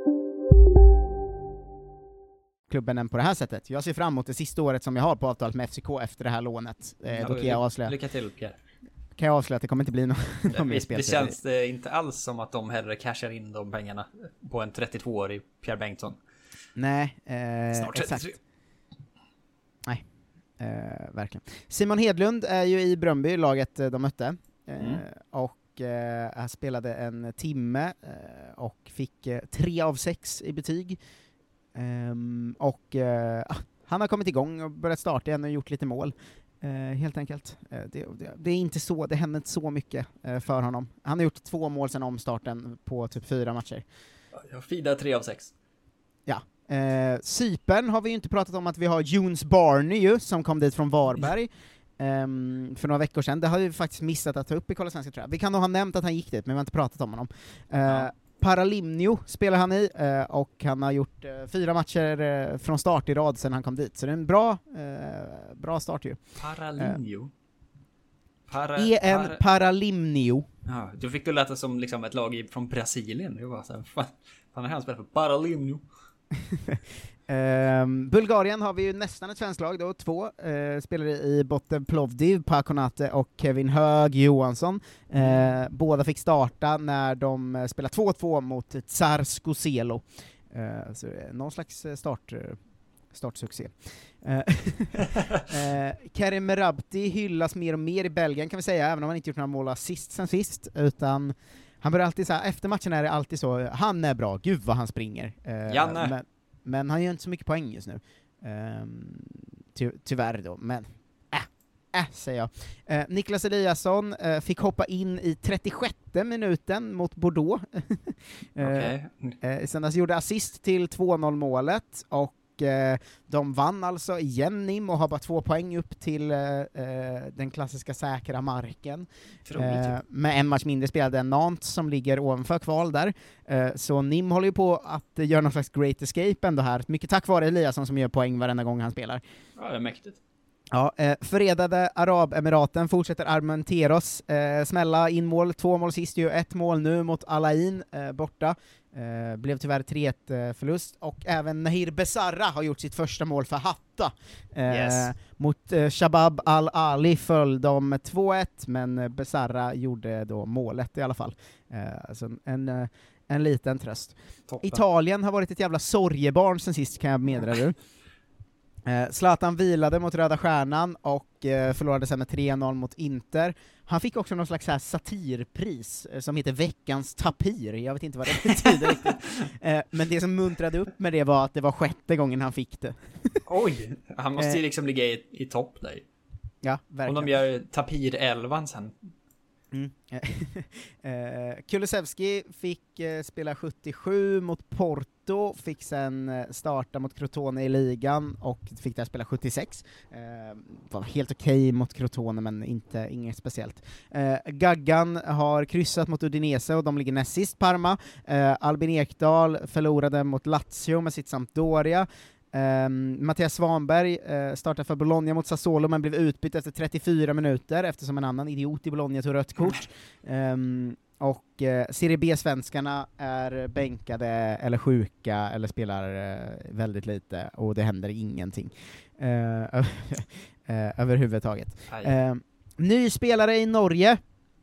Klubben än på det här sättet. Jag ser fram emot det sista året som jag har på avtalet med FCK efter det här lånet. Då kan jag avslöja. Lycka till, Pierre. Kan jag avslöja att det kommer inte bli någon mer spel. Det känns inte alls som att de hellre cashar in de pengarna på en 32-årig Pierre Bengtsson. Nej, Snart 33. Exakt. Nej, verkligen. Simon Hedlund är ju i Bröndby, laget de mötte. Och han spelade en timme och fick 3 av 6 i betyg. Han har kommit igång och börjat starta igen och gjort lite mål. Helt enkelt. Det är inte så, det händer inte så mycket för honom. Han har gjort 2 mål sedan omstarten på typ 4 matcher. Jag fidar 3 av 6. Ja. Cypern har vi ju inte pratat om, att vi har Jones Barney ju, som kom dit från Varberg för några veckor sedan. Det har vi faktiskt missat att ta upp i Kolla Svenska, tror jag. Vi kan nog ha nämnt att han gick dit, men vi har inte pratat om honom. Paralimnio spelar han i, och han har gjort 4 matcher från start i rad sedan han kom dit. Så det är en bra start ju. Paralimnio? Paralimnio. Ja, du fick det låta som liksom ett lag från Brasilien. Det var så här, fan är han spelar för Paralimnio? Bulgarien har vi ju nästan ett svenskt lag då, 2 spelare i botten, Plovdiv, Pakonate och Kevin Hög Johansson. Båda fick starta när de spelade 2-2 mot Tsarsko Selo. Så någon slags startsuccé. Karim Merabti hyllas mer och mer i Belgien, kan vi säga, även om han inte gjort några mål assist sen sist, utan han börjar alltid så här, efter matchen är det alltid så, han är bra, gud vad han springer. Men han gör inte så mycket poäng just nu. Tyvärr då, men säger jag. Niklas Eliasson fick hoppa in i 36:e minuten mot Bordeaux. Sen gjorde assist till 2-0 målet, och de vann alltså igen NIM och har bara 2 poäng upp till den klassiska säkra marken. Med en match mindre spelade än Nantes som ligger ovanför kval där. Så NIM håller ju på att göra någon slags great escape ändå här. Mycket tack vare Eliasson som gör poäng varenda gång han spelar. Ja, det är mäktigt. Ja, föredade Arabemiraten fortsätter Armenteros smälla in mål, 2 mål sist ju, 1 mål nu mot Al Ain borta. Blev tyvärr 3-1 förlust, och även Nahir Besarra har gjort sitt första mål för Hatta. Mot Shabab Al-Ali föll de 2-1, men Besarra gjorde då målet i alla fall. Alltså en liten tröst. Toppen. Italien har varit ett jävla sorgebarn sen sist, kan jag meddela du. Zlatan vilade mot Röda Stjärnan och förlorade sen med 3-0 mot Inter. Han fick också någon slags här satirpris som heter Veckans Tapir. Jag vet inte vad det betyder riktigt. Men det som muntrade upp med det var att det var 6:e gången han fick det. Oj, han måste ju liksom ligga i topp där. Ja, verkligen. Om de gör Tapir-11 sen. Kulusevski fick spela 77 mot Porto, fick sen starta mot Crotone i ligan och fick där spela 76. Var helt okej mot Crotone, men inget speciellt. Gaggan har kryssat mot Udinese och de ligger näst sist Parma. Albin Ekdal förlorade mot Lazio med sitt Sampdoria. Mattias Svanberg startade för Bologna mot Sassuolo, men blev utbytt efter 34 minuter eftersom en annan idiot i Bologna tog rött kort. Och Serie B-svenskarna är bänkade eller sjuka eller spelar väldigt lite, och det händer ingenting överhuvudtaget. Ny spelare i Norge.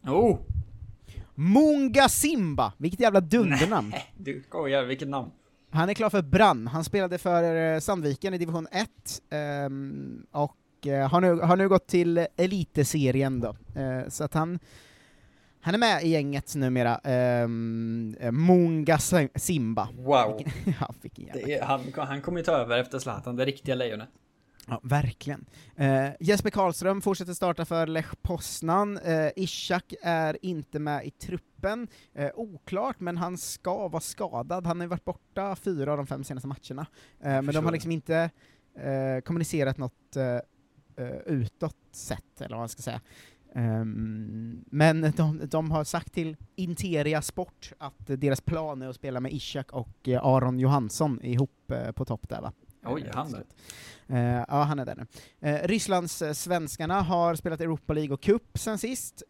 Munga Simba, vilket jävla dundernamn. Nej, du skojar, vilket namn. Han är klar för Brann. Han spelade för Sandviken i division 1 och och har nu gått till eliteserien då. Så att han är med i gänget numera. Munga Simba. Wow. Ja, han kommer ju ta över efter Zlatan, det riktiga lejonet. Ja, verkligen. Jesper Karlström fortsätter starta för Lech Poznan. Ishak är inte med i truppen. Oklart, men han ska vara skadad. Han har ju varit borta 4 av de 5 senaste matcherna. Men de har liksom inte kommunicerat något utåt sett, eller vad man ska säga. Men de har sagt till Interia Sport att deras plan är att spela med Ishak och Aron Johansson ihop på topp där, va? Oj, han är. Ja, han är där nu. Rysslands svenskarna har spelat Europa League och Cup sen sist.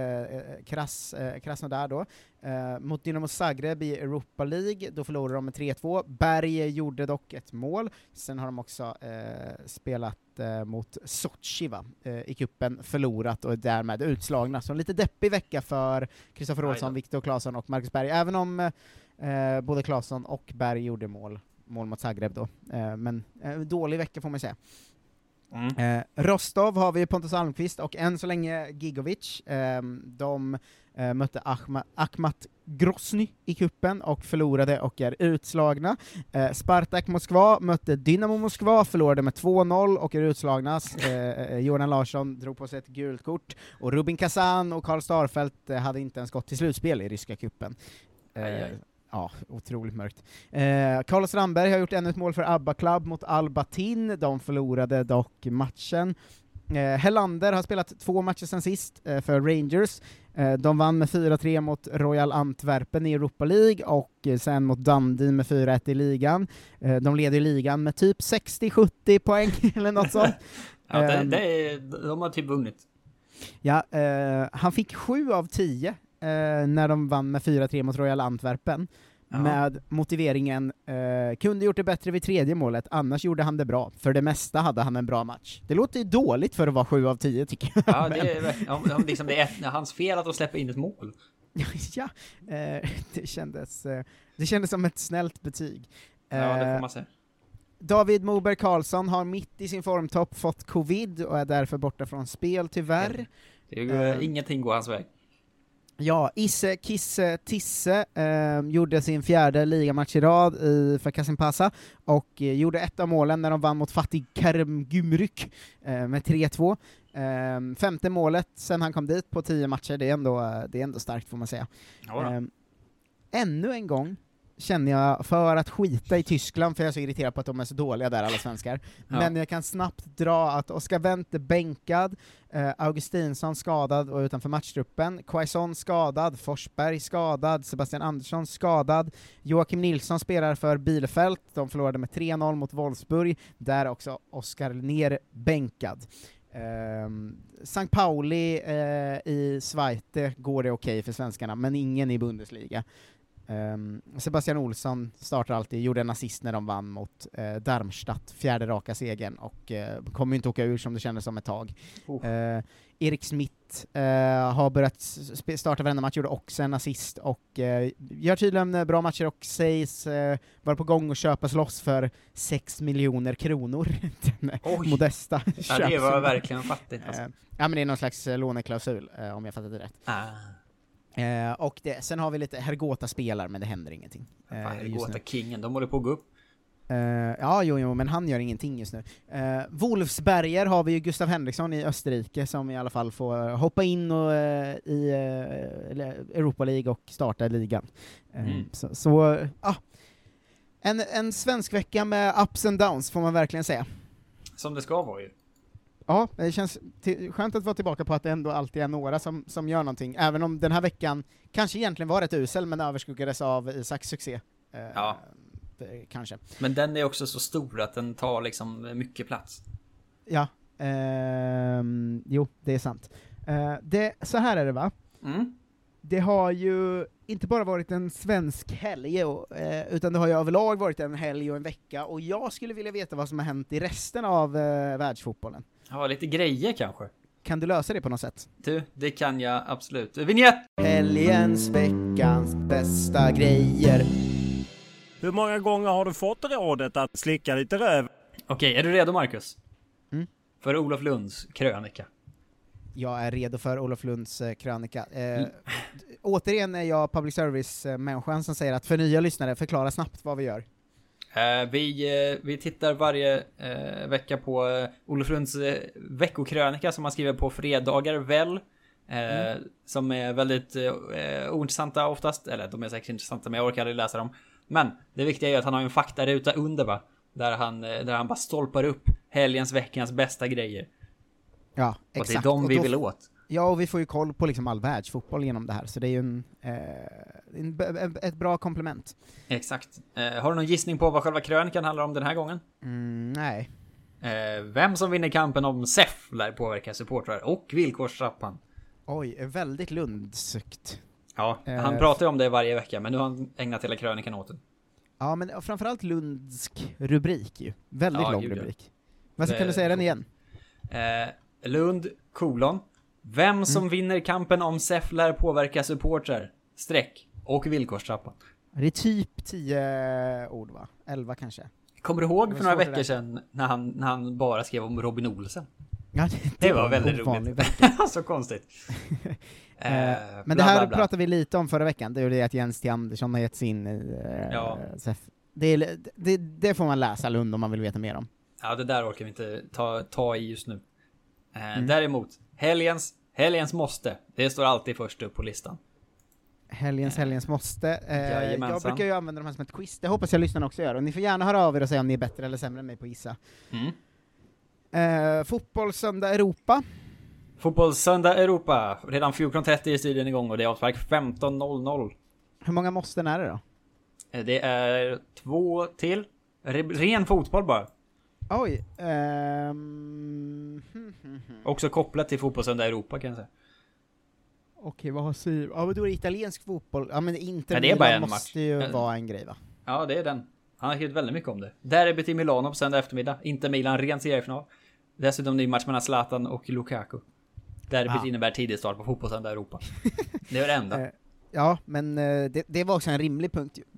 Krasnodar då. Mot Dynamo Zagreb i Europa League. Då förlorade de med 3-2. Berg gjorde dock ett mål. Sen har de också spelat mot Sochi, va? I kuppen, förlorat och därmed utslagna. Så en lite deppig vecka för Kristoffer Olsson, Viktor Claesson och Marcus Berg. Även om både Claesson och Berg gjorde mål mot Zagreb då. Men dålig vecka får man säga. Rostov har vi Pontus Almqvist och än så länge Gigovic. De mötte Akhmat Grozny i kuppen och förlorade och är utslagna. Spartak Moskva mötte Dynamo Moskva, förlorade med 2-0 och är utslagna. Jordan Larsson drog på sig ett gult kort och Rubin Kazan och Karl Starfelt hade inte ens gått till slutspel i ryska kuppen. Ja, otroligt mörkt. Carlos Strandberg har gjort ännu ett mål för Abba Club mot Albatin. De förlorade dock matchen. Hellander har spelat 2 matcher sen sist för Rangers. De vann med 4-3 mot Royal Antwerpen i Europa League och sen mot Dundee med 4-1 i ligan. De leder ligan med typ 60-70 poäng eller något sånt. Ja, de har typ vunnit. Ja, han fick 7 av 10 när de vann med 4-3 mot Royal Antwerpen. Med motiveringen kunde gjort det bättre vid 3:e målet, annars gjorde han det bra. För det mesta hade han en bra match. Det låter ju dåligt för att vara 7 av 10 tycker jag. Ja, det är hans fel att de släpper in ett mål. Ja, det kändes som ett snällt betyg. Ja, det får man säga. David Moberg Karlsson har mitt i sin formtopp fått covid och är därför borta från spel tyvärr. Ingenting går hans väg. Ja, Isse Kisse Tisse gjorde sin 4:e ligamatch i rad för Kasimpasa och gjorde ett av målen när de vann mot Fatih Karagümrük med 3-2. 5:e målet sen han kom dit på 10 matcher, det är ändå starkt får man säga. Ännu en gång känner jag för att skita i Tyskland, för jag är så irriterad på att de är så dåliga där, alla svenskar. Ja. Men jag kan snabbt dra att Oskar Wendt är bänkad, Augustinsson skadad och utanför matchtruppen, Quaison skadad, Forsberg skadad, Sebastian Andersson skadad, Joakim Nilsson spelar för Bielefeld, de förlorade med 3-0 mot Wolfsburg, där också Oskar ner bänkad. St. Pauli i Schweiz går det okej för svenskarna, men ingen i Bundesliga. Sebastian Olsson startar alltid, gjorde en assist när de vann mot Darmstadt, 4:e raka segern och kommer inte åka ur som det kändes som ett tag. Erik Smith har börjat starta varenda match, gjorde också en assist och gör tydligen bra matcher och sägs vara på gång att köpas loss för 6 miljoner kronor. Modesta. Ja, det var verkligen fattigt. Alltså. Ja, men det är någon slags låneklausul om jag fattat det rätt. Och sen har vi lite Hergota spelar, men det händer ingenting. Hergota kingen, de håller på att gå upp. Ja, jo, men han gör ingenting just nu. Wolfsberger har vi ju Gustav Henriksson i Österrike som i alla fall får hoppa in och, i Europa League och starta ligan. En svensk vecka med ups and downs får man verkligen säga. Som det ska vara ju. Ja, det känns skönt att vara tillbaka på att det ändå alltid är några som gör någonting. Även om den här veckan kanske egentligen var rätt usel, men överskuggades av Isaks succé. Ja. Kanske. Men den är också så stor att den tar liksom mycket plats. Ja. Jo, det är sant. Så här är det, va? Det har ju inte bara varit en svensk helg, utan det har ju överlag varit en helg och en vecka. Och jag skulle vilja veta vad som har hänt i resten av världsfotbollen. Ja, lite grejer kanske. Kan du lösa det på något sätt? Du, det kan jag absolut. Vignett! Helgens, veckans bästa grejer. Hur många gånger har du fått rådet att slicka lite röv? Okej, är du redo, Marcus? för Olof Lunds krönika. Jag är redo för Olof Lunds krönika. Återigen är jag public service-människan som säger att för nya lyssnare, förklara snabbt vad vi gör. Vi tittar varje vecka på Olof Lunds veckokrönika som han skriver på fredagar väl. Som är väldigt ointressanta oftast. Eller de är säkert intressanta, men jag orkar aldrig läsa dem. Men det viktiga är att han har en faktaruta under, va? Där han bara stolpar upp veckans bästa grejer. Ja, exakt. Och det är de vi vill åt. Ja, och vi får ju koll på liksom all världsfotboll genom det här. Så det är ju ett bra komplement. Exakt. Har du någon gissning på vad själva krönikan handlar om den här gången? Nej. Vem som vinner kampen om SEF lär påverka supportrar och villkorstrappan. Oj, väldigt lundsökt. Ja, han pratar om det varje vecka, men nu har han ägnat hela krönikan åt den. Ja, men framförallt lundsk rubrik ju. Väldigt lång rubrik. Vad kan du säga den igen? Lund, vem som vinner kampen om SEF lär påverka supportrar, och villkorstrappan. Det är typ 10 ord, va? 11 kanske. Kommer du ihåg för några veckor sedan när han bara skrev om Robin Olsen? Ja, det var väldigt roligt. Så konstigt. Men det här pratade vi lite om förra veckan. Det är ju det att Jens T. Andersson har gett sin SEF. Det får man läsa Lund om man vill veta mer om. Ja, det där orkar vi inte ta i just nu. Däremot, helgens måste. Det står alltid först upp på listan. Helgens måste. Jag brukar ju använda de här som ett quiz. Det hoppas jag lyssnarna också gör. Och ni får gärna höra av er och säga om ni är bättre eller sämre än mig på gissa. Fotbollssöndag Europa. Fotbollssöndag Europa. Redan 14.30 är studion igång och det är avspark 15.00. Hur många måsten är det då? Det är 2 till. Ren fotboll bara. Oj. Också kopplat till fotbollssöndag Europa kan jag säga. Okej, vad har Siv? Ja, men då är det italiensk fotboll. Ja, men inte det är bara en måste match. Ju vara en grej, va? Ja, det är den. Han har skrivit väldigt mycket om det. Derbyt i Milano på söndag eftermiddag. Inte Milan, ren seriefinal. Dessutom ny match mellan Zlatan och Lukaku. Derbyt innebär tidig start på fotbollssöndag Europa. Det är det enda. Ja, men det var också en rimlig punkt ju.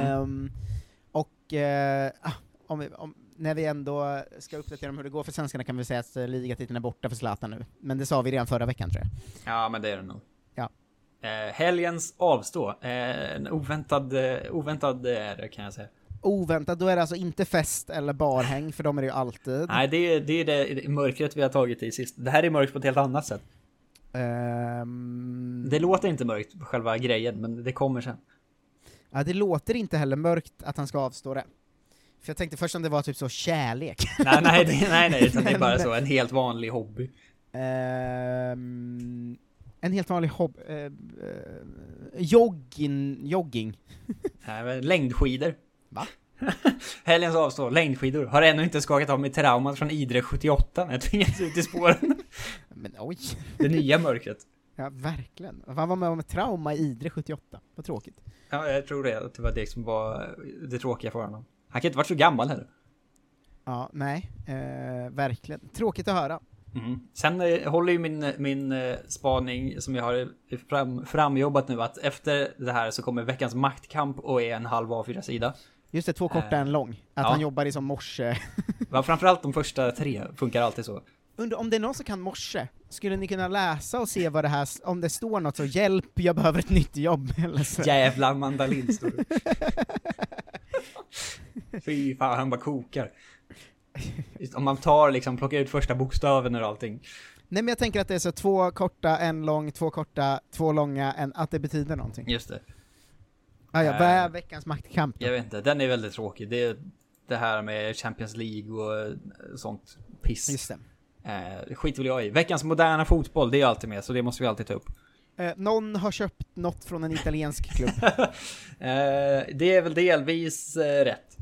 När vi ändå ska uppdatera om hur det går för svenskarna kan vi säga att ligatiteln är borta för Zlatan nu. Men det sa vi redan förra veckan, tror jag. Ja, men det är det nog. Ja. Helgens avstå. En oväntad är det, kan jag säga. Oväntad, då är det alltså inte fest eller barhäng, för de är det ju alltid. Nej, det är det mörkret vi har tagit i sist. Det här är mörkt på ett helt annat sätt. Det låter inte mörkt på själva grejen, men det kommer sen. Ja, det låter inte heller mörkt att han ska avstå det. För jag tänkte först om det var typ så kärlek. Nej, utan det är bara så en helt vanlig hobby. En helt vanlig hobby. Jogging. Nej, längdskidor. Va? Helgens avstå, längdskidor. Har ännu inte skakat av med traumat från Idre 78. Jag tvingats ut i spåren. Men oj. Det nya mörkret. Ja, verkligen. Han var med om ett trauma i Idre 78. Vad tråkigt. Ja, jag tror det. Att det var det som var det tråkiga för honom. Han kan inte varit så gammal heller. Ja, nej. Verkligen. Tråkigt att höra. Sen håller ju min spaning som jag har framjobbat nu att efter det här så kommer veckans maktkamp och är en halv A4-sida. Just det, 2 korta en lång. Att han jobbar i som morse. Ja, framförallt de första 3 funkar alltid så. Om det är någon som kan morse, skulle ni kunna läsa och se vad det här, om det står något så hjälp, jag behöver ett nytt jobb eller så. Jävla mandalin står det. Fy fan, han bara kokar. Just om man plockar ut första bokstaven och allting. Nej, men jag tänker att det är så 2 korta, en lång, 2 korta, 2 långa, att det betyder någonting. Just det. Vad är veckans maktkamp då? Jag vet inte, den är väldigt tråkig. Det är det här med Champions League och sånt piss. Just det. Det skiter väl jag i. Veckans moderna fotboll, det är alltid med, så det måste vi alltid ta upp. Någon har köpt något från en italiensk klubb. Det är väl delvis rätt.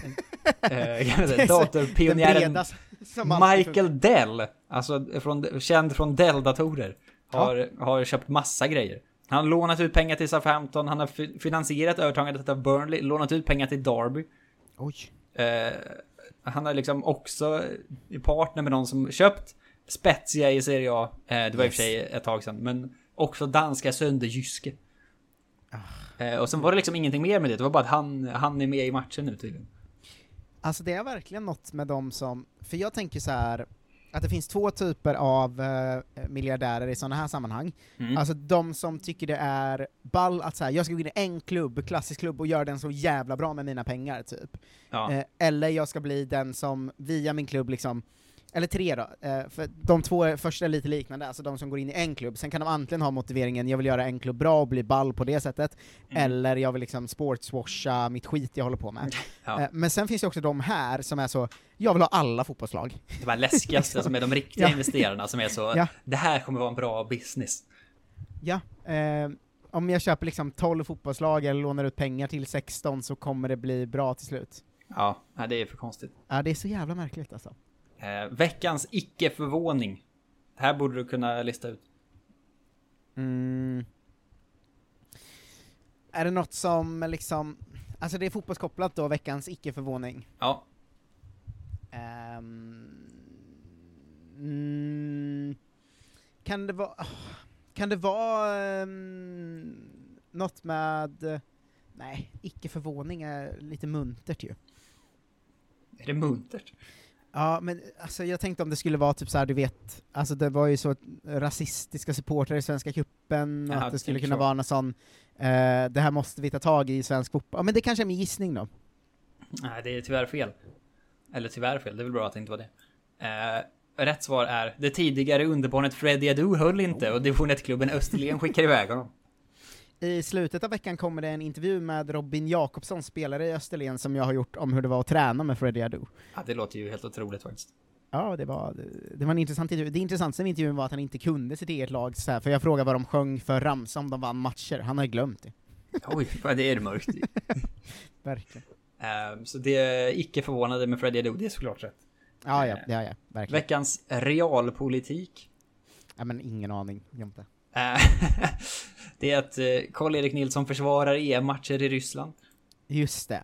Datorpionjären Michael Dell, alltså känd från Dell-datorer, har köpt massa grejer. Han har lånat ut pengar till Southampton, han har finansierat övertagandet av Burnley, lånat ut pengar till Derby. Oj. Han har också partner med någon som köpt Spezia i Serie A. Det var i och för sig ett tag sedan, men också danska Sønderjyske. Och sen var det ingenting mer med det. Det var bara att han är med i matchen nu tydligen. Alltså det är verkligen något med dem som... För jag tänker så här... att det finns två typer av miljardärer i sådana här sammanhang. Alltså de som tycker det är ball att säga, jag ska gå in i en klubb, klassisk klubb, och göra den så jävla bra med mina pengar, typ. Ja. Eller jag ska bli den som via min klubb liksom, eller tre då, för de två första är lite liknande, alltså de som går in i en klubb, sen kan de antingen ha motiveringen, jag vill göra en klubb bra och bli ball på det sättet, eller jag vill liksom sportswasha mitt skit jag håller på med. Ja. Men sen finns det också de här som är så, jag vill ha alla fotbollslag. De här läskigaste som är de riktiga investerarna som är så, det här kommer vara en bra business. Ja, om jag köper liksom 12 fotbollslag eller lånar ut pengar till 16 så kommer det bli bra till slut. Ja, det är för konstigt. Ja, det är så jävla märkligt alltså. Veckans icke-förvåning. Det här borde du kunna lista ut. Är det något som liksom, alltså det är fotbollskopplat då, veckans icke-förvåning? Ja. Kan det vara något med, nej, icke-förvåning är lite muntert ju. Är det muntert? Ja, men alltså jag tänkte om det skulle vara typ så här, du vet, alltså det var ju så rasistiska supportrar i Svenska cupen, att det skulle kunna vara någon sån, det här måste vi ta tag i svensk fotboll. Ja, men det kanske är min gissning då. Nej, det är tyvärr fel. Eller tyvärr fel, det är väl bra att det inte var det. Rätt svar är, det tidigare underbarnet Freddie Adu höll inte och division-1-klubben Österlen skickar iväg honom. I slutet av veckan kommer det en intervju med Robin Jakobsson, spelare i Österlen, som jag har gjort om hur det var att träna med Freddie Adu. Ja, det låter ju helt otroligt faktiskt. Ja, det var en intressant intervju. Det intressanta med intervjun var att han inte kunde sitt eget lag, så här, för jag frågade vad de sjöng för ramsa om de vann matcher. Han har glömt det. Oj, det är mörkt. Verkligen. Så det är icke förvånade med Freddie Adu, det är såklart rätt. Ja, verkligen. Veckans realpolitik. Ja, men ingen aning, inte. Det är att Karl-Erik Nilsson försvarar EM-matcher i Ryssland. Just det.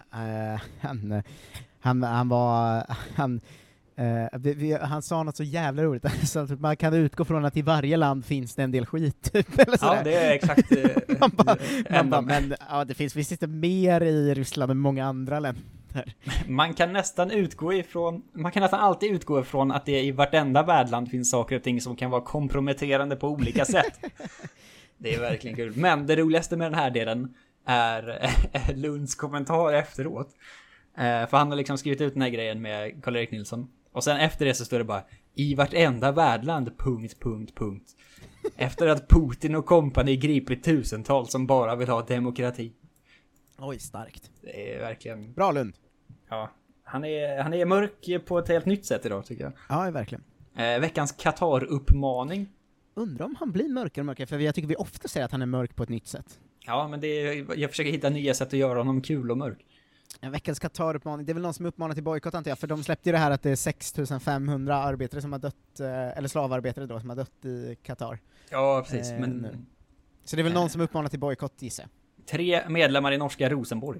Han sa något så jävla roligt, så att man kan utgå från att i varje land finns det en del skit. Eller ja, det är exakt. Men ja, det finns visst inte mer i Ryssland än många andra länder. Man kan nästan alltid utgå ifrån att det i vartenda värdland finns saker och ting som kan vara komprometterande på olika sätt. Det är verkligen kul. Men det roligaste med den här delen är Lunds kommentar efteråt. För han har liksom skrivit ut den här grejen med Karl-Erik Nilsson. Och sen efter det så står det bara, i vartenda värdland, ... Efter att Putin och kompani gripit tusentals som bara vill ha demokrati. Oj, starkt. Det är verkligen... Bra Lund. Ja, han är mörk på ett helt nytt sätt idag, tycker jag. Ja, verkligen. Veckans Qatar-uppmaning. Undrar om han blir mörkare och mörkare, för jag tycker vi ofta säger att han är mörk på ett nytt sätt. Ja, men jag försöker hitta nya sätt att göra honom kul och mörk. Veckans Qatar-uppmaning, det är väl någon som uppmanar till bojkott, antar jag, för de släppte ju det här att det är 6500 arbetare som har dött, eller slavarbetare då, som har dött i Qatar. Ja, precis. Men... Så det är väl någon som uppmanar till bojkott, gissar jag. 3 medlemmar i norska Rosenborg.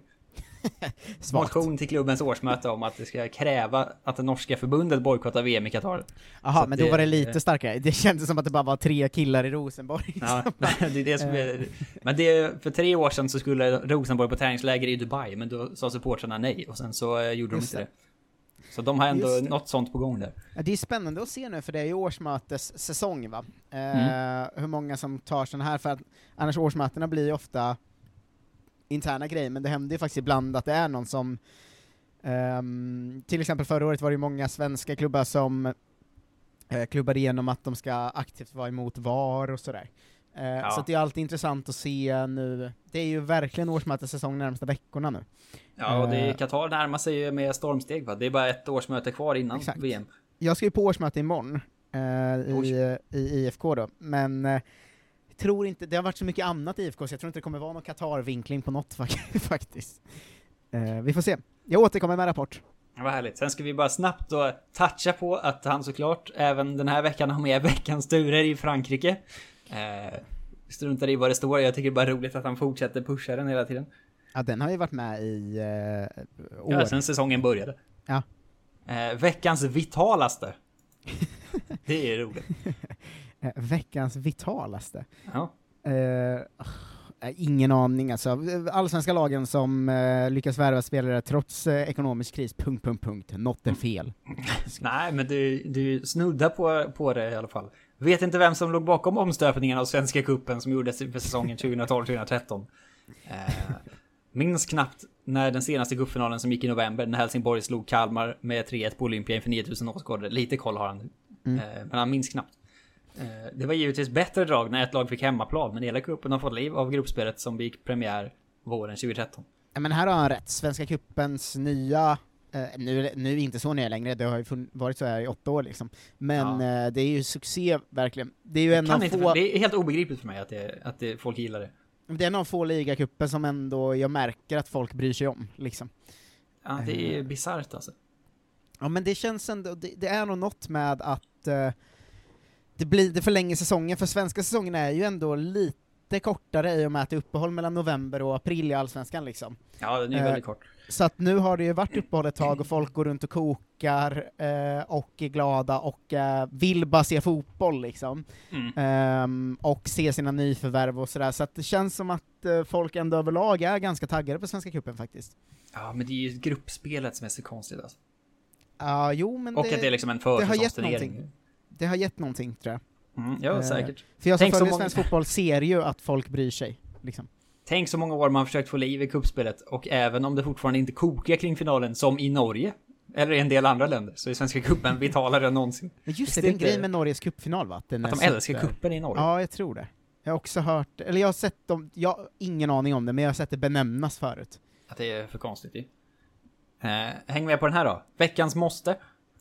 Motion till klubbens årsmöte om att det ska kräva att det norska förbundet bojkottar VM i Qatar. Jaha, men då var det lite starkare. Det kändes som att det bara var 3 killar i Rosenborg. Ja, det är det som är... Men för 3 år sedan så skulle Rosenborg på träningsläger i Dubai, men då sa supportrarna nej, och sen så gjorde de inte det. Så de har ändå något sånt på gång där. Ja, det är spännande att se nu, för det är ju årsmötessäsong, va? Hur många som tar sådana här, för att annars årsmötena blir ju ofta interna grejer, men det händer ju faktiskt ibland att det är någon som till exempel förra året var det ju många svenska klubbar som klubbade igenom att de ska aktivt vara emot VAR och sådär. Så det är alltid intressant att se nu. Det är ju verkligen årsmötessäsong närmaste veckorna nu. Ja, och Qatar närmar sig ju med stormsteg, va? Det är bara ett årsmöte kvar innan VM. Jag ska ju på årsmöte imorgon i IFK då, men tror inte, det har varit så mycket annat i IFK, så jag tror inte det kommer vara någon Qatar-vinkling på något faktiskt. Vi får se. Jag återkommer med rapport. Ja, vad härligt. Sen ska vi bara snabbt då toucha på att han såklart även den här veckan har med veckans turer i Frankrike. Struntar i vad det står. Jag tycker det är bara roligt att han fortsätter pusha den hela tiden. Ja, den har ju varit med i år. Ja, sen säsongen började. Ja. Veckans vitalaste. Det är roligt. Veckans vitalaste. Ja. Ingen aning alltså. Allsvenska lagen som lyckas värva spelare trots ekonomisk kris, ... Något är fel. Nej, men du snuddar på det i alla fall. Vet inte vem som låg bakom omstöpningen av Svenska Cupen som gjordes för säsongen 2012-2013. Minns knappt när den senaste cupfinalen som gick i november, när Helsingborg slog Kalmar med 3-1 på Olympia inför 9000 åskådare. Lite koll har han. Men han minns knappt. Det var givetvis bättre drag när ett lag fick hemmaplan, men hela cupen har fått liv av gruppspelet som gick premiär våren 2013. Ja, men här har han rätt. Svenska cupens nya, nu inte så nya längre, det har ju varit så här i 8 år liksom. Men det är ju succé verkligen. Det är ju en av få... Det är helt obegripligt för mig att folk gillar det. Det är en av få ligacuper som ändå jag märker att folk bryr sig om liksom. Ja, det är bizarrt alltså. Ja, men det känns ändå, det är nog något med att det förlänger säsongen, för svenska säsongen är ju ändå lite kortare i och med att det är uppehåll mellan november och april i Allsvenskan liksom. Ja, det är väldigt kort. Så att nu har det ju varit uppehåll ett tag och folk går runt och kokar och är glada och vill bara se fotboll liksom. Och se sina nyförvärv och sådär. Så att det känns som att folk ändå överlag är ganska taggade på Svenska cupen faktiskt. Ja, men det är ju gruppspelet som är så konstigt alltså. Ja, jo, men och att det är liksom en försäsongsturnering. Det har gett någonting, tror jag. Ja, säkert. För jag som följer svensk fotboll ser ju att folk bryr sig. Liksom. Tänk så många år man har försökt få liv i cupspelet, och även om det fortfarande inte kokar kring finalen som i Norge, eller i en del andra länder, så är Svenska cupen vitalare än någonsin. Just det är en grej med Norges cupfinal, va? Att de älskar cupen i Norge. Ja, jag tror det. Jag har också hört, eller jag har sett dem, jag har ingen aning om det, men jag har sett det benämnas förut. Att det är för konstigt ju. Häng med på den här då. Veckans måste.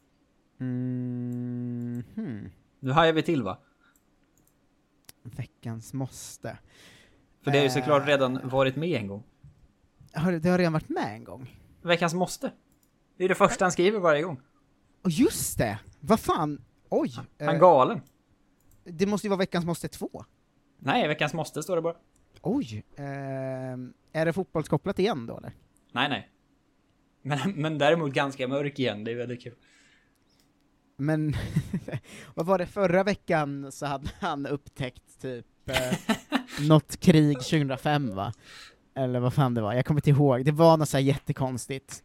Nu hajar vi till, va? Veckans måste. För det har ju såklart redan varit med en gång. Det har redan varit med en gång? Veckans måste. Det är det första han skriver varje gång. Och just det! Vad fan? Oj! Han galen. Det måste ju vara veckans måste 2. Nej, veckans måste står det bara. Oj! Är det fotbollskopplat igen då, eller? Nej. Men däremot ganska mörk igen, det är väldigt kul. Men vad var det, förra veckan så hade han upptäckt typ något krig 2005, va? Eller vad fan det var, jag kommer inte ihåg. Det var något så här jättekonstigt.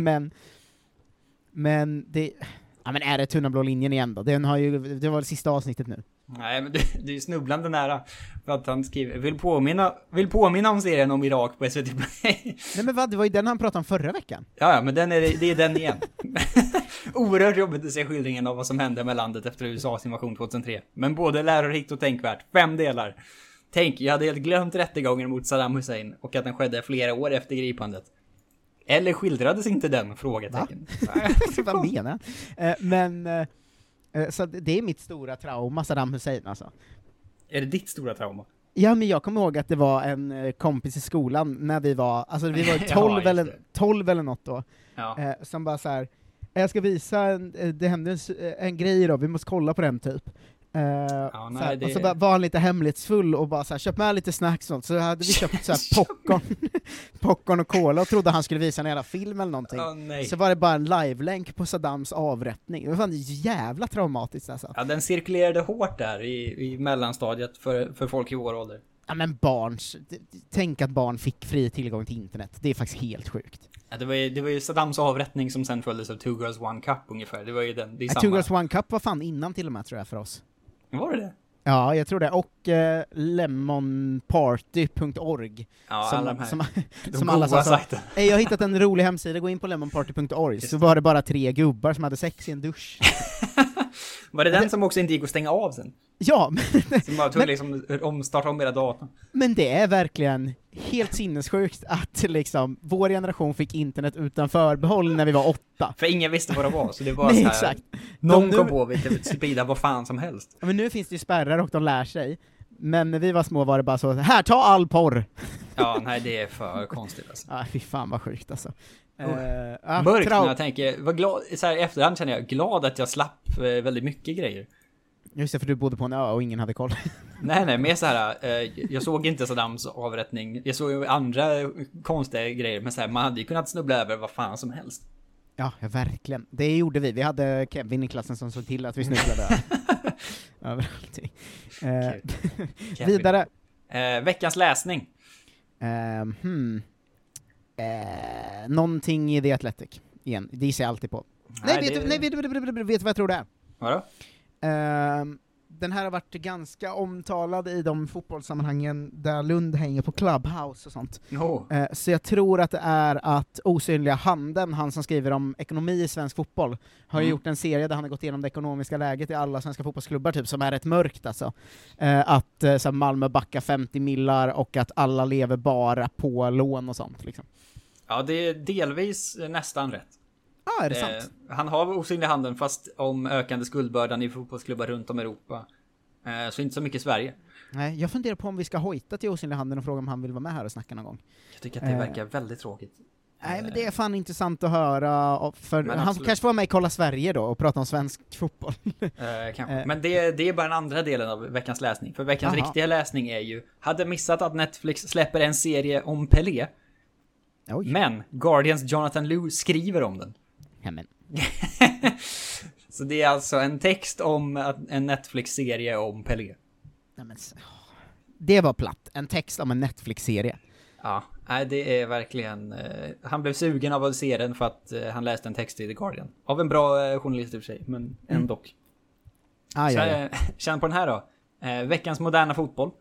Men det... Ja, men är det tunna blå linjen igen då? Det var det sista avsnittet nu. Nej, men det är ju snubblande nära. För att han skriver, vill påminna om serien om Irak på SVT Play. Nej, men vad? Det var ju den han pratade om förra veckan. Ja, men det är den igen. Oerhört jobbigt att se skildringen av vad som hände med landet efter USAs invasion 2003. Men både lärorikt och tänkvärt. 5 delar. Tänk, jag hade helt glömt rättegången mot Saddam Hussein och att den skedde flera år efter gripandet. Eller skildrades inte den? Frågetecken. Vad menar men så det är mitt stora trauma, Saddam Hussein alltså. Är det ditt stora trauma? Ja, men jag kommer ihåg att det var en kompis i skolan när vi var 12 eller något då. Ja. Som bara så här, jag ska visa det hände en grej då, vi måste kolla på den typ. Och så var han lite hemlighetsfull och bara så här, köp med lite snacks och sånt. Så hade vi köpt så här popcorn och cola och trodde han skulle visa en jävla film eller någonting. Så var det bara en live-länk på Saddams avrättning. Det var fan jävla traumatiskt alltså. Ja, den cirkulerade hårt där i mellanstadiet för folk i vår ålder. Ja, men tänk att barn fick fri tillgång till internet. Det är faktiskt helt sjukt. Ja, det var ju Saddams avrättning som sen följdes av Two Girls One Cup ungefär. Det var ju den, det är samma. Two Girls One Cup var fan innan till och med, tror jag, för oss. Var det? Ja, jag tror det. Och lemonparty.org. Ja, som alla sa. Jag har hittat en rolig hemsida, gå in på lemonparty.org. Så var det bara 3 gubbar som hade sex i en dusch. Var det den som också inte gick att stänga av sen? Ja, som bara tog liksom omstarta om hela datorn. Men det är verkligen helt sinnessjukt att liksom vår generation fick internet utan förbehåll när vi var 8. För ingen visste vad det var, så det var så här. Exakt. Någon kom på att sprida vad fan som helst. Men nu finns det ju spärrar och de lär sig. Men när vi var små var det bara så, här, ta all porr. Ja, nej, det är för konstigt alltså. Ja, fy fan vad sjukt alltså. Mörkt när jag tänker, vad glad, så här, efterhand känner jag glad att jag slapp väldigt mycket grejer. Just det, för du bodde på en ö och ingen hade koll. Nej, mer så här, jag såg inte Saddams avrättning. Jag såg ju andra konstiga grejer, men så här, man hade ju kunnat snubbla över vad fan som helst. Ja, verkligen. Det gjorde vi. Vi hade Kevin i klassen som såg till att vi snubblade över allting. Vidare. Veckans läsning. Någonting i The Athletic. Igen, det gissar jag alltid på. Vet du vad jag tror det är? Vadå? Den här har varit ganska omtalad i de fotbollssammanhangen där Lund hänger på Clubhouse och sånt. Så jag tror att det är att Osynliga handen, han som skriver om ekonomi i svensk fotboll, har gjort en serie där han har gått igenom det ekonomiska läget i alla svenska fotbollsklubbar, typ, som är rätt mörkt alltså. Att så Malmö backar 50 millar och att alla lever bara på lån och sånt liksom. Ja, det är delvis nästan rätt. Är det sant? Han har Osynliga handen fast om ökande skuldbördan i fotbollsklubbar runt om i Europa. Så inte så mycket i Sverige. Nej, jag funderar på om vi ska hojta till Osynliga handen och fråga om han vill vara med här och snacka någon gång. Jag tycker att det verkar väldigt tråkigt. Nej, men det är fan intressant att höra. För han kanske får vara med i Kolla Sverige då och prata om svensk fotboll. Men det är bara den andra delen av veckans läsning. För veckans riktiga läsning är ju, hade missat att Netflix släpper en serie om Pelé. Men Guardians Jonathan Liu skriver om den. Amen. Så det är alltså en text om en Netflix-serie om Pelé. Det var platt. En text om en Netflix-serie. Ja, det är verkligen... han blev sugen av att se den för att han läste en text i The Guardian. Av en bra journalist i och för sig, men ändå. Känn på den här då. Veckans moderna fotboll.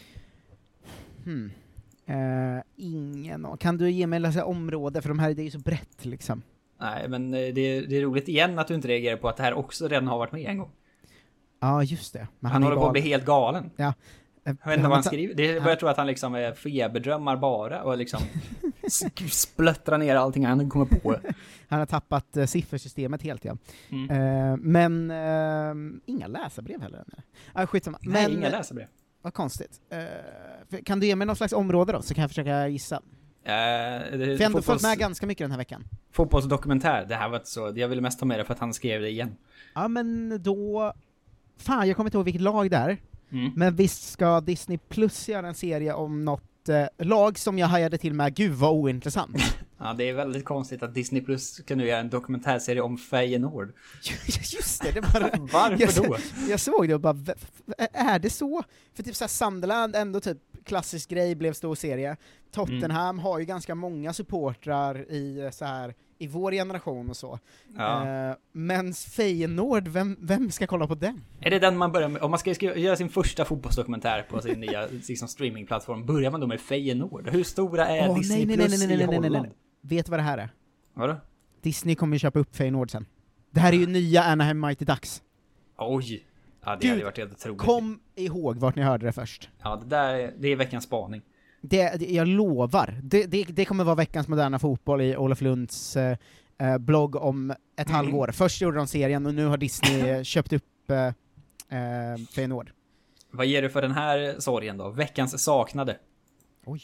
Ingen. Kan du ge mig en område? För de här, det är ju så brett liksom. Nej, men det är roligt igen att du inte reagerar på att det här också redan har varit med en gång. Ja, just det. Men han håller på att bli helt galen. Ja. Jag vet inte vad han skriver. Jag tror att han liksom är feberdrömmar bara och liksom splöttrar ner allting han kommer på. Han har tappat siffersystemet helt, ja. Men inga läsarbrev heller. Skitsamma. Nej, inga läsarbrev. Vad konstigt. Kan du ge mig någon slags område då, så kan jag försöka gissa. För jag har ändå följt med ganska mycket den här veckan. Fotbollsdokumentär, det här var så. Jag ville mest ta med det för att han skrev det igen. Ja, men då... Fan, jag kommer inte ihåg vilket lag det är. Men visst ska Disney Plus göra en serie om något lag som jag hajade till med. Gud vad ointressant. Ja, det är väldigt konstigt att Disney Plus kan nu göra en dokumentärserie om Feyenoord. Just det, bara... Varför då? Jag såg det och bara, är det så? För typ såhär Sunderland, ändå typ klassisk grej, blev stor serie. Tottenham har ju ganska många supportrar i så här i vår generation och så. Men Feyenoord, vem ska kolla på den? Är det den man börjar med? Om man ska göra sin första fotbollsdokumentär på sin nya liksom, streamingplattform, börjar man då med Feyenoord? Hur stora är Disney Plus i Holland? Vet vad det här är? Vadå? Disney kommer ju köpa upp Feyenoord sen. Det här är ju nya Anaheim Mighty Ducks. Oj! Ja, det hade varit helt otroligt. Kom ihåg vart ni hörde det först. Ja, det är veckans spaning. Jag lovar. Det kommer vara veckans moderna fotboll i Olof Lunds blogg om ett halvår. Först gjorde de serien och nu har Disney köpt upp Feyenoord. Vad ger du för den här sorgen då? Veckans saknade. Oj.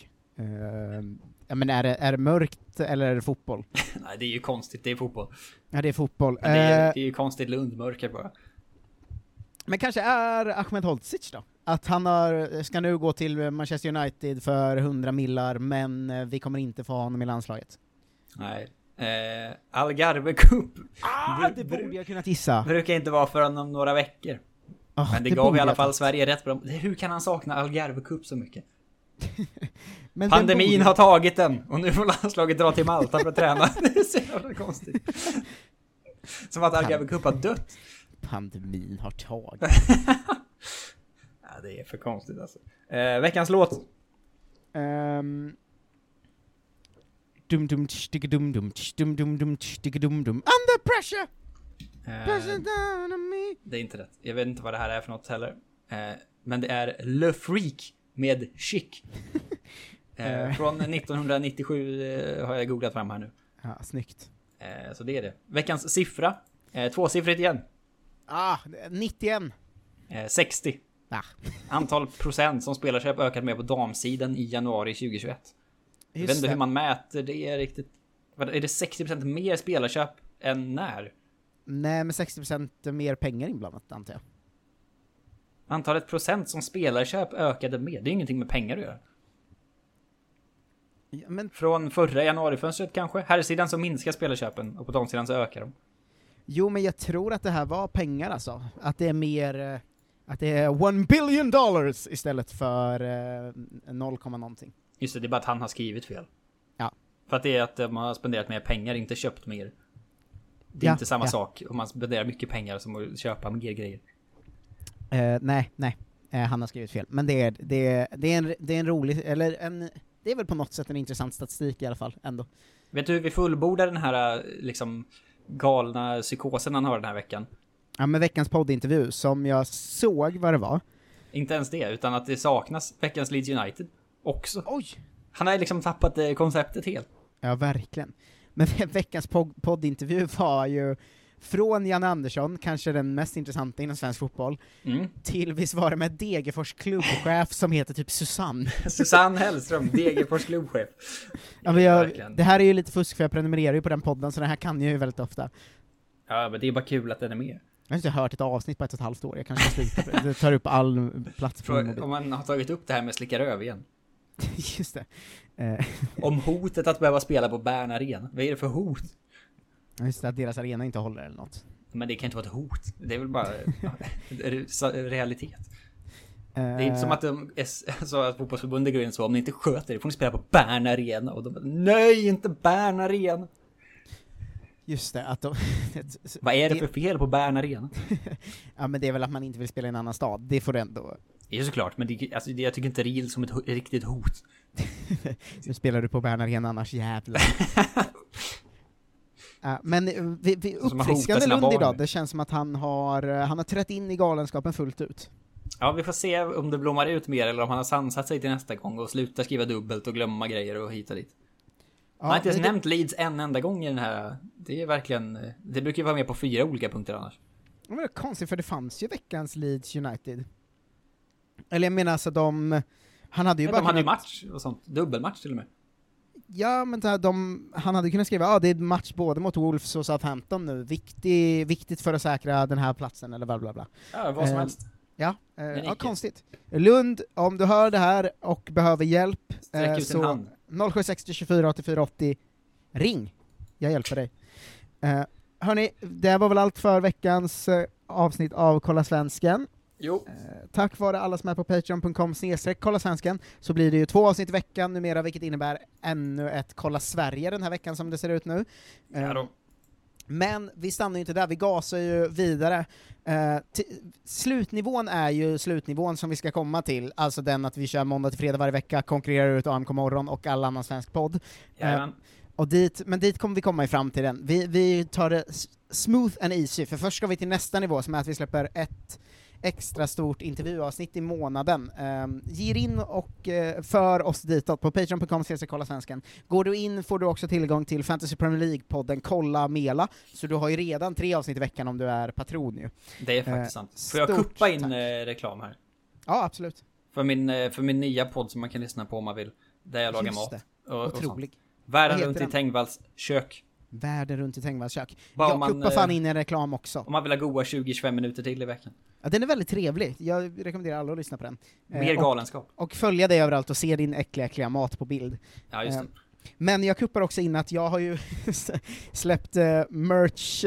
Men är det mörkt eller är det fotboll? Nej, det är ju konstigt. Det är fotboll. Ja, det är fotboll. Det är ju konstigt Lundmörker bara. Men kanske är Ahmed Holtzic då? Att han ska nu gå till Manchester United för 100 millar, men vi kommer inte få honom i landslaget. Nej. Algarve Cup. Det borde jag kunna gissa. Brukar inte vara förrän om några veckor. Men det gav i alla fall Sverige rätt bra. Hur kan han sakna Algarve Cup så mycket? Men pandemin har tagit den och nu får landslaget dra till Malta för att träna. Det är så jävla konstigt. Som att Algarve Cup har dött. Pandemin har tagit. Ja, det är för konstigt alltså. Veckans låt. Under pressure. Det är inte rätt. Jag vet inte vad det här är för något heller. Men det är Le Freak med Chic. Från 1997 har jag googlat fram här nu. Ja, snyggt. Så det är det. Veckans siffra. Tvåsiffrigt igen. 91. 60. Antal procent som spelarköp ökat med på damsidan i januari 2021. Jag vet inte hur man mäter det är riktigt. Är det 60% mer spelarköp än när? Nej, men 60% mer pengar inblandat, antar jag. Antalet procent som spelarköp ökade med. Det är ingenting med pengar att göra. Ja, men... Från förra januarifönstret kanske. Herrsidan så minskar spelarköpen och på damsidan så ökar de. Jo, men jag tror att det här var pengar alltså. Att det är mer... Att det är $1 billion istället för 0, någonting. Just det är bara att han har skrivit fel. Ja. För att det är att man har spenderat mer pengar, inte köpt mer. Det är inte samma sak om man spenderar mycket pengar som att köpa mer grejer. Nej. Han har skrivit fel. Men det är en rolig, eller det är väl på något sätt en intressant statistik i alla fall, ändå. Vet du hur vi fullbordar den här liksom galna psykosen han har den här veckan? Ja, med veckans poddintervju som jag såg vad det var. Inte ens det, utan att det saknas veckans Leeds United också. Oj! Han har liksom tappat konceptet helt. Ja, verkligen. Men veckans poddintervju var ju från Jan Andersson, kanske den mest intressanta inom svensk fotboll, till vi svarar med Degerfors klubbchef som heter typ Susanne. Susanne Hellström, Degerfors klubbchef. Ja, men det här är ju lite fusk för jag prenumererar ju på den podden, så den här kan jag ju väldigt ofta. Ja, men det är bara kul att den är med. Jag har inte hört ett avsnitt på 1,5 år, jag kanske slutar. Det tar upp all plats på om man har tagit upp det här med slicka röv igen. Just det. Om hotet att behöva spela på Bern Arena. Vad är det för hot? Just det, att deras arena inte håller eller något. Men det kan inte vara ett hot. Det är väl bara realitet. Det är inte som att att fotbollsförbundet går in så, om ni inte sköter det får ni spela på Bern Arena. Och de bara, nej, inte Bern Arena. Just det, att de... Vad är det för fel på Bern Arena? Ja, men det är väl att man inte vill spela i en annan stad. Det får det ändå... Det är såklart, men jag tycker inte det är som ett riktigt hot. Nu spelar du på Bern Arena annars, jävlar. Men vi uppfriskande Lund idag. Det känns som att han har trätt in i galenskapen fullt ut. Ja, vi får se om det blommar ut mer eller om han har sansat sig till nästa gång och slutar skriva dubbelt och glömma grejer och hit och dit. Han har inte ens nämnt Leeds en enda gång i den här. Det är verkligen... Det brukar ju vara med på 4 olika punkter annars. Det var konstigt, för det fanns ju veckans Leeds United. Eller jag menar alltså han hade ju bara... De hade ju match och sånt. Dubbelmatch till och med. Ja, men han hade kunnat skriva det är match både mot Wolves och Southampton nu. Viktigt för att säkra den här platsen eller bla bla bla. Ja, vad som helst. Ja, konstigt. Lund, om du hör det här och behöver hjälp, sträck ut så hand. 0760 24 84 80, ring. Jag hjälper dig. Hörni, det var väl allt för veckans avsnitt av Kolla Svensken. Jo. Tack vare alla som är på patreon.com/Kolla Svensken så blir det ju 2 avsnitt i veckan numera, vilket innebär ännu ett Kolla Sverige den här veckan som det ser ut nu. Ja då. Men vi stannar ju inte där, vi gasar ju vidare. Slutnivån är ju slutnivån som vi ska komma till, alltså den att vi kör måndag till fredag varje vecka, konkurrerar ut AMK morgon och all annan svensk podd. Och dit kommer vi komma i framtiden. Vi tar det smooth and easy, för först ska vi till nästa nivå som är att vi släpper ett extra stort intervjuavsnitt i månaden. Ge in och för oss ditåt på patreon.com/Kolla Svensken. Går du in får du också tillgång till Fantasy Premier League-podden Kolla Mela, så du har ju redan 3 avsnitt i veckan om du är patron ju. Det är faktiskt sant. Får jag kuppa in reklam här? Ja, absolut. För min nya podd som man kan lyssna på om man vill, där jag lagar mat. Otrolig. Världen runt i Tengvalls kök. Världen runt i Tengvalls kök. Jag kuppar fan in en reklam också. Om man vill ha goa 20-25 minuter till i veckan. Ja, den är väldigt trevlig. Jag rekommenderar alla att lyssna på den. Mer galenskap. Och följa dig överallt och se din äckliga mat på bild. Ja, just det. Men jag kuppar också in att jag har ju släppt merch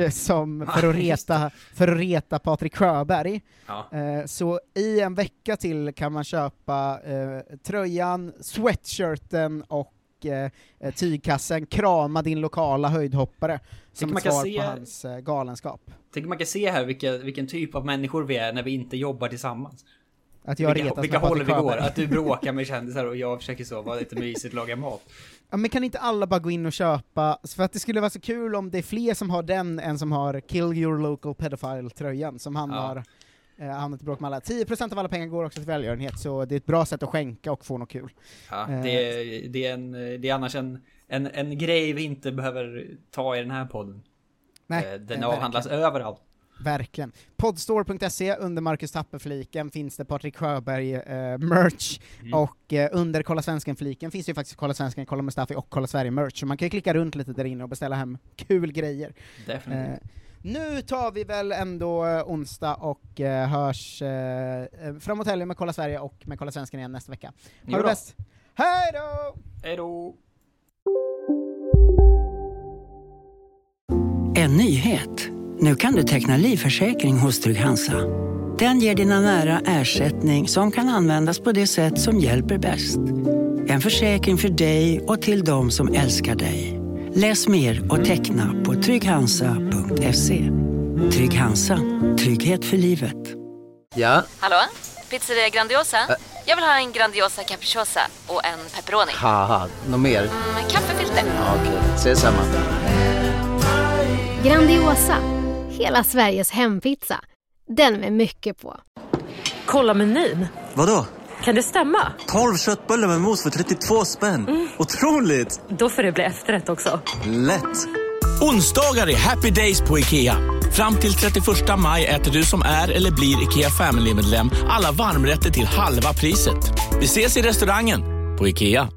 för att reta Patrik Sjöberg. Ja. Så i en vecka till kan man köpa tröjan, sweatshirten och tygkassen, krama din lokala höjdhoppare som ett svar på hans galenskap. Tänker man kan se här vilken typ av människor vi är när vi inte jobbar tillsammans. Att jag vilka håller vi går, att du bråkar med kändisar och jag försöker så vara lite mysigt laga mat. Ja, men kan inte alla bara gå in och köpa, för att det skulle vara så kul om det är fler som har den än som har Kill Your Local Pedophile-tröjan som han har hamnat i bråk med alla. 10% av alla pengar går också till välgörenhet, så det är ett bra sätt att skänka och få något kul. Ja, det är annars en grej vi inte behöver ta i den här podden. Nej, den avhandlas överallt. Verkligen. Podstore.se under Marcus Tapper-fliken finns det Patrik Sjöberg merch och under Kolla Svensken-fliken finns det ju faktiskt Kolla Svensken, Kolla Mustafi och Kolla Sverige merch, så man kan ju klicka runt lite där inne och beställa hem kul grejer. Definitivt. Nu tar vi väl ändå onsdag och hörs framåt helgen med Kolla Sverige och med Kolla Svensken igen nästa vecka. Ha det bäst! Hej då! Hej då! En nyhet. Nu kan du teckna livförsäkring hos Trygg Hansa. Den ger dina nära ersättning som kan användas på det sätt som hjälper bäst. En försäkring för dig och till de som älskar dig. Läs mer och teckna på trygghansa.se. Trygg Hansa. Trygghet för livet. Ja? Hallå? Pizzeria Grandiosa? Jag vill ha en Grandiosa capriciosa och en pepperoni. Haha, något mer? Kaffefilter. Ja, okej, ses samma. Grandiosa, hela Sveriges hempizza. Den med mycket på. Kolla menyn. Vadå? Kan det stämma? 12 köttbullar med mos för 32 spänn. Otroligt! Då får det bli efterrätt också. Lätt! Onsdagar är happy days på IKEA. Fram till 31 maj äter du som är eller blir IKEA Family-medlem alla varmrätter till halva priset. Vi ses i restaurangen på IKEA.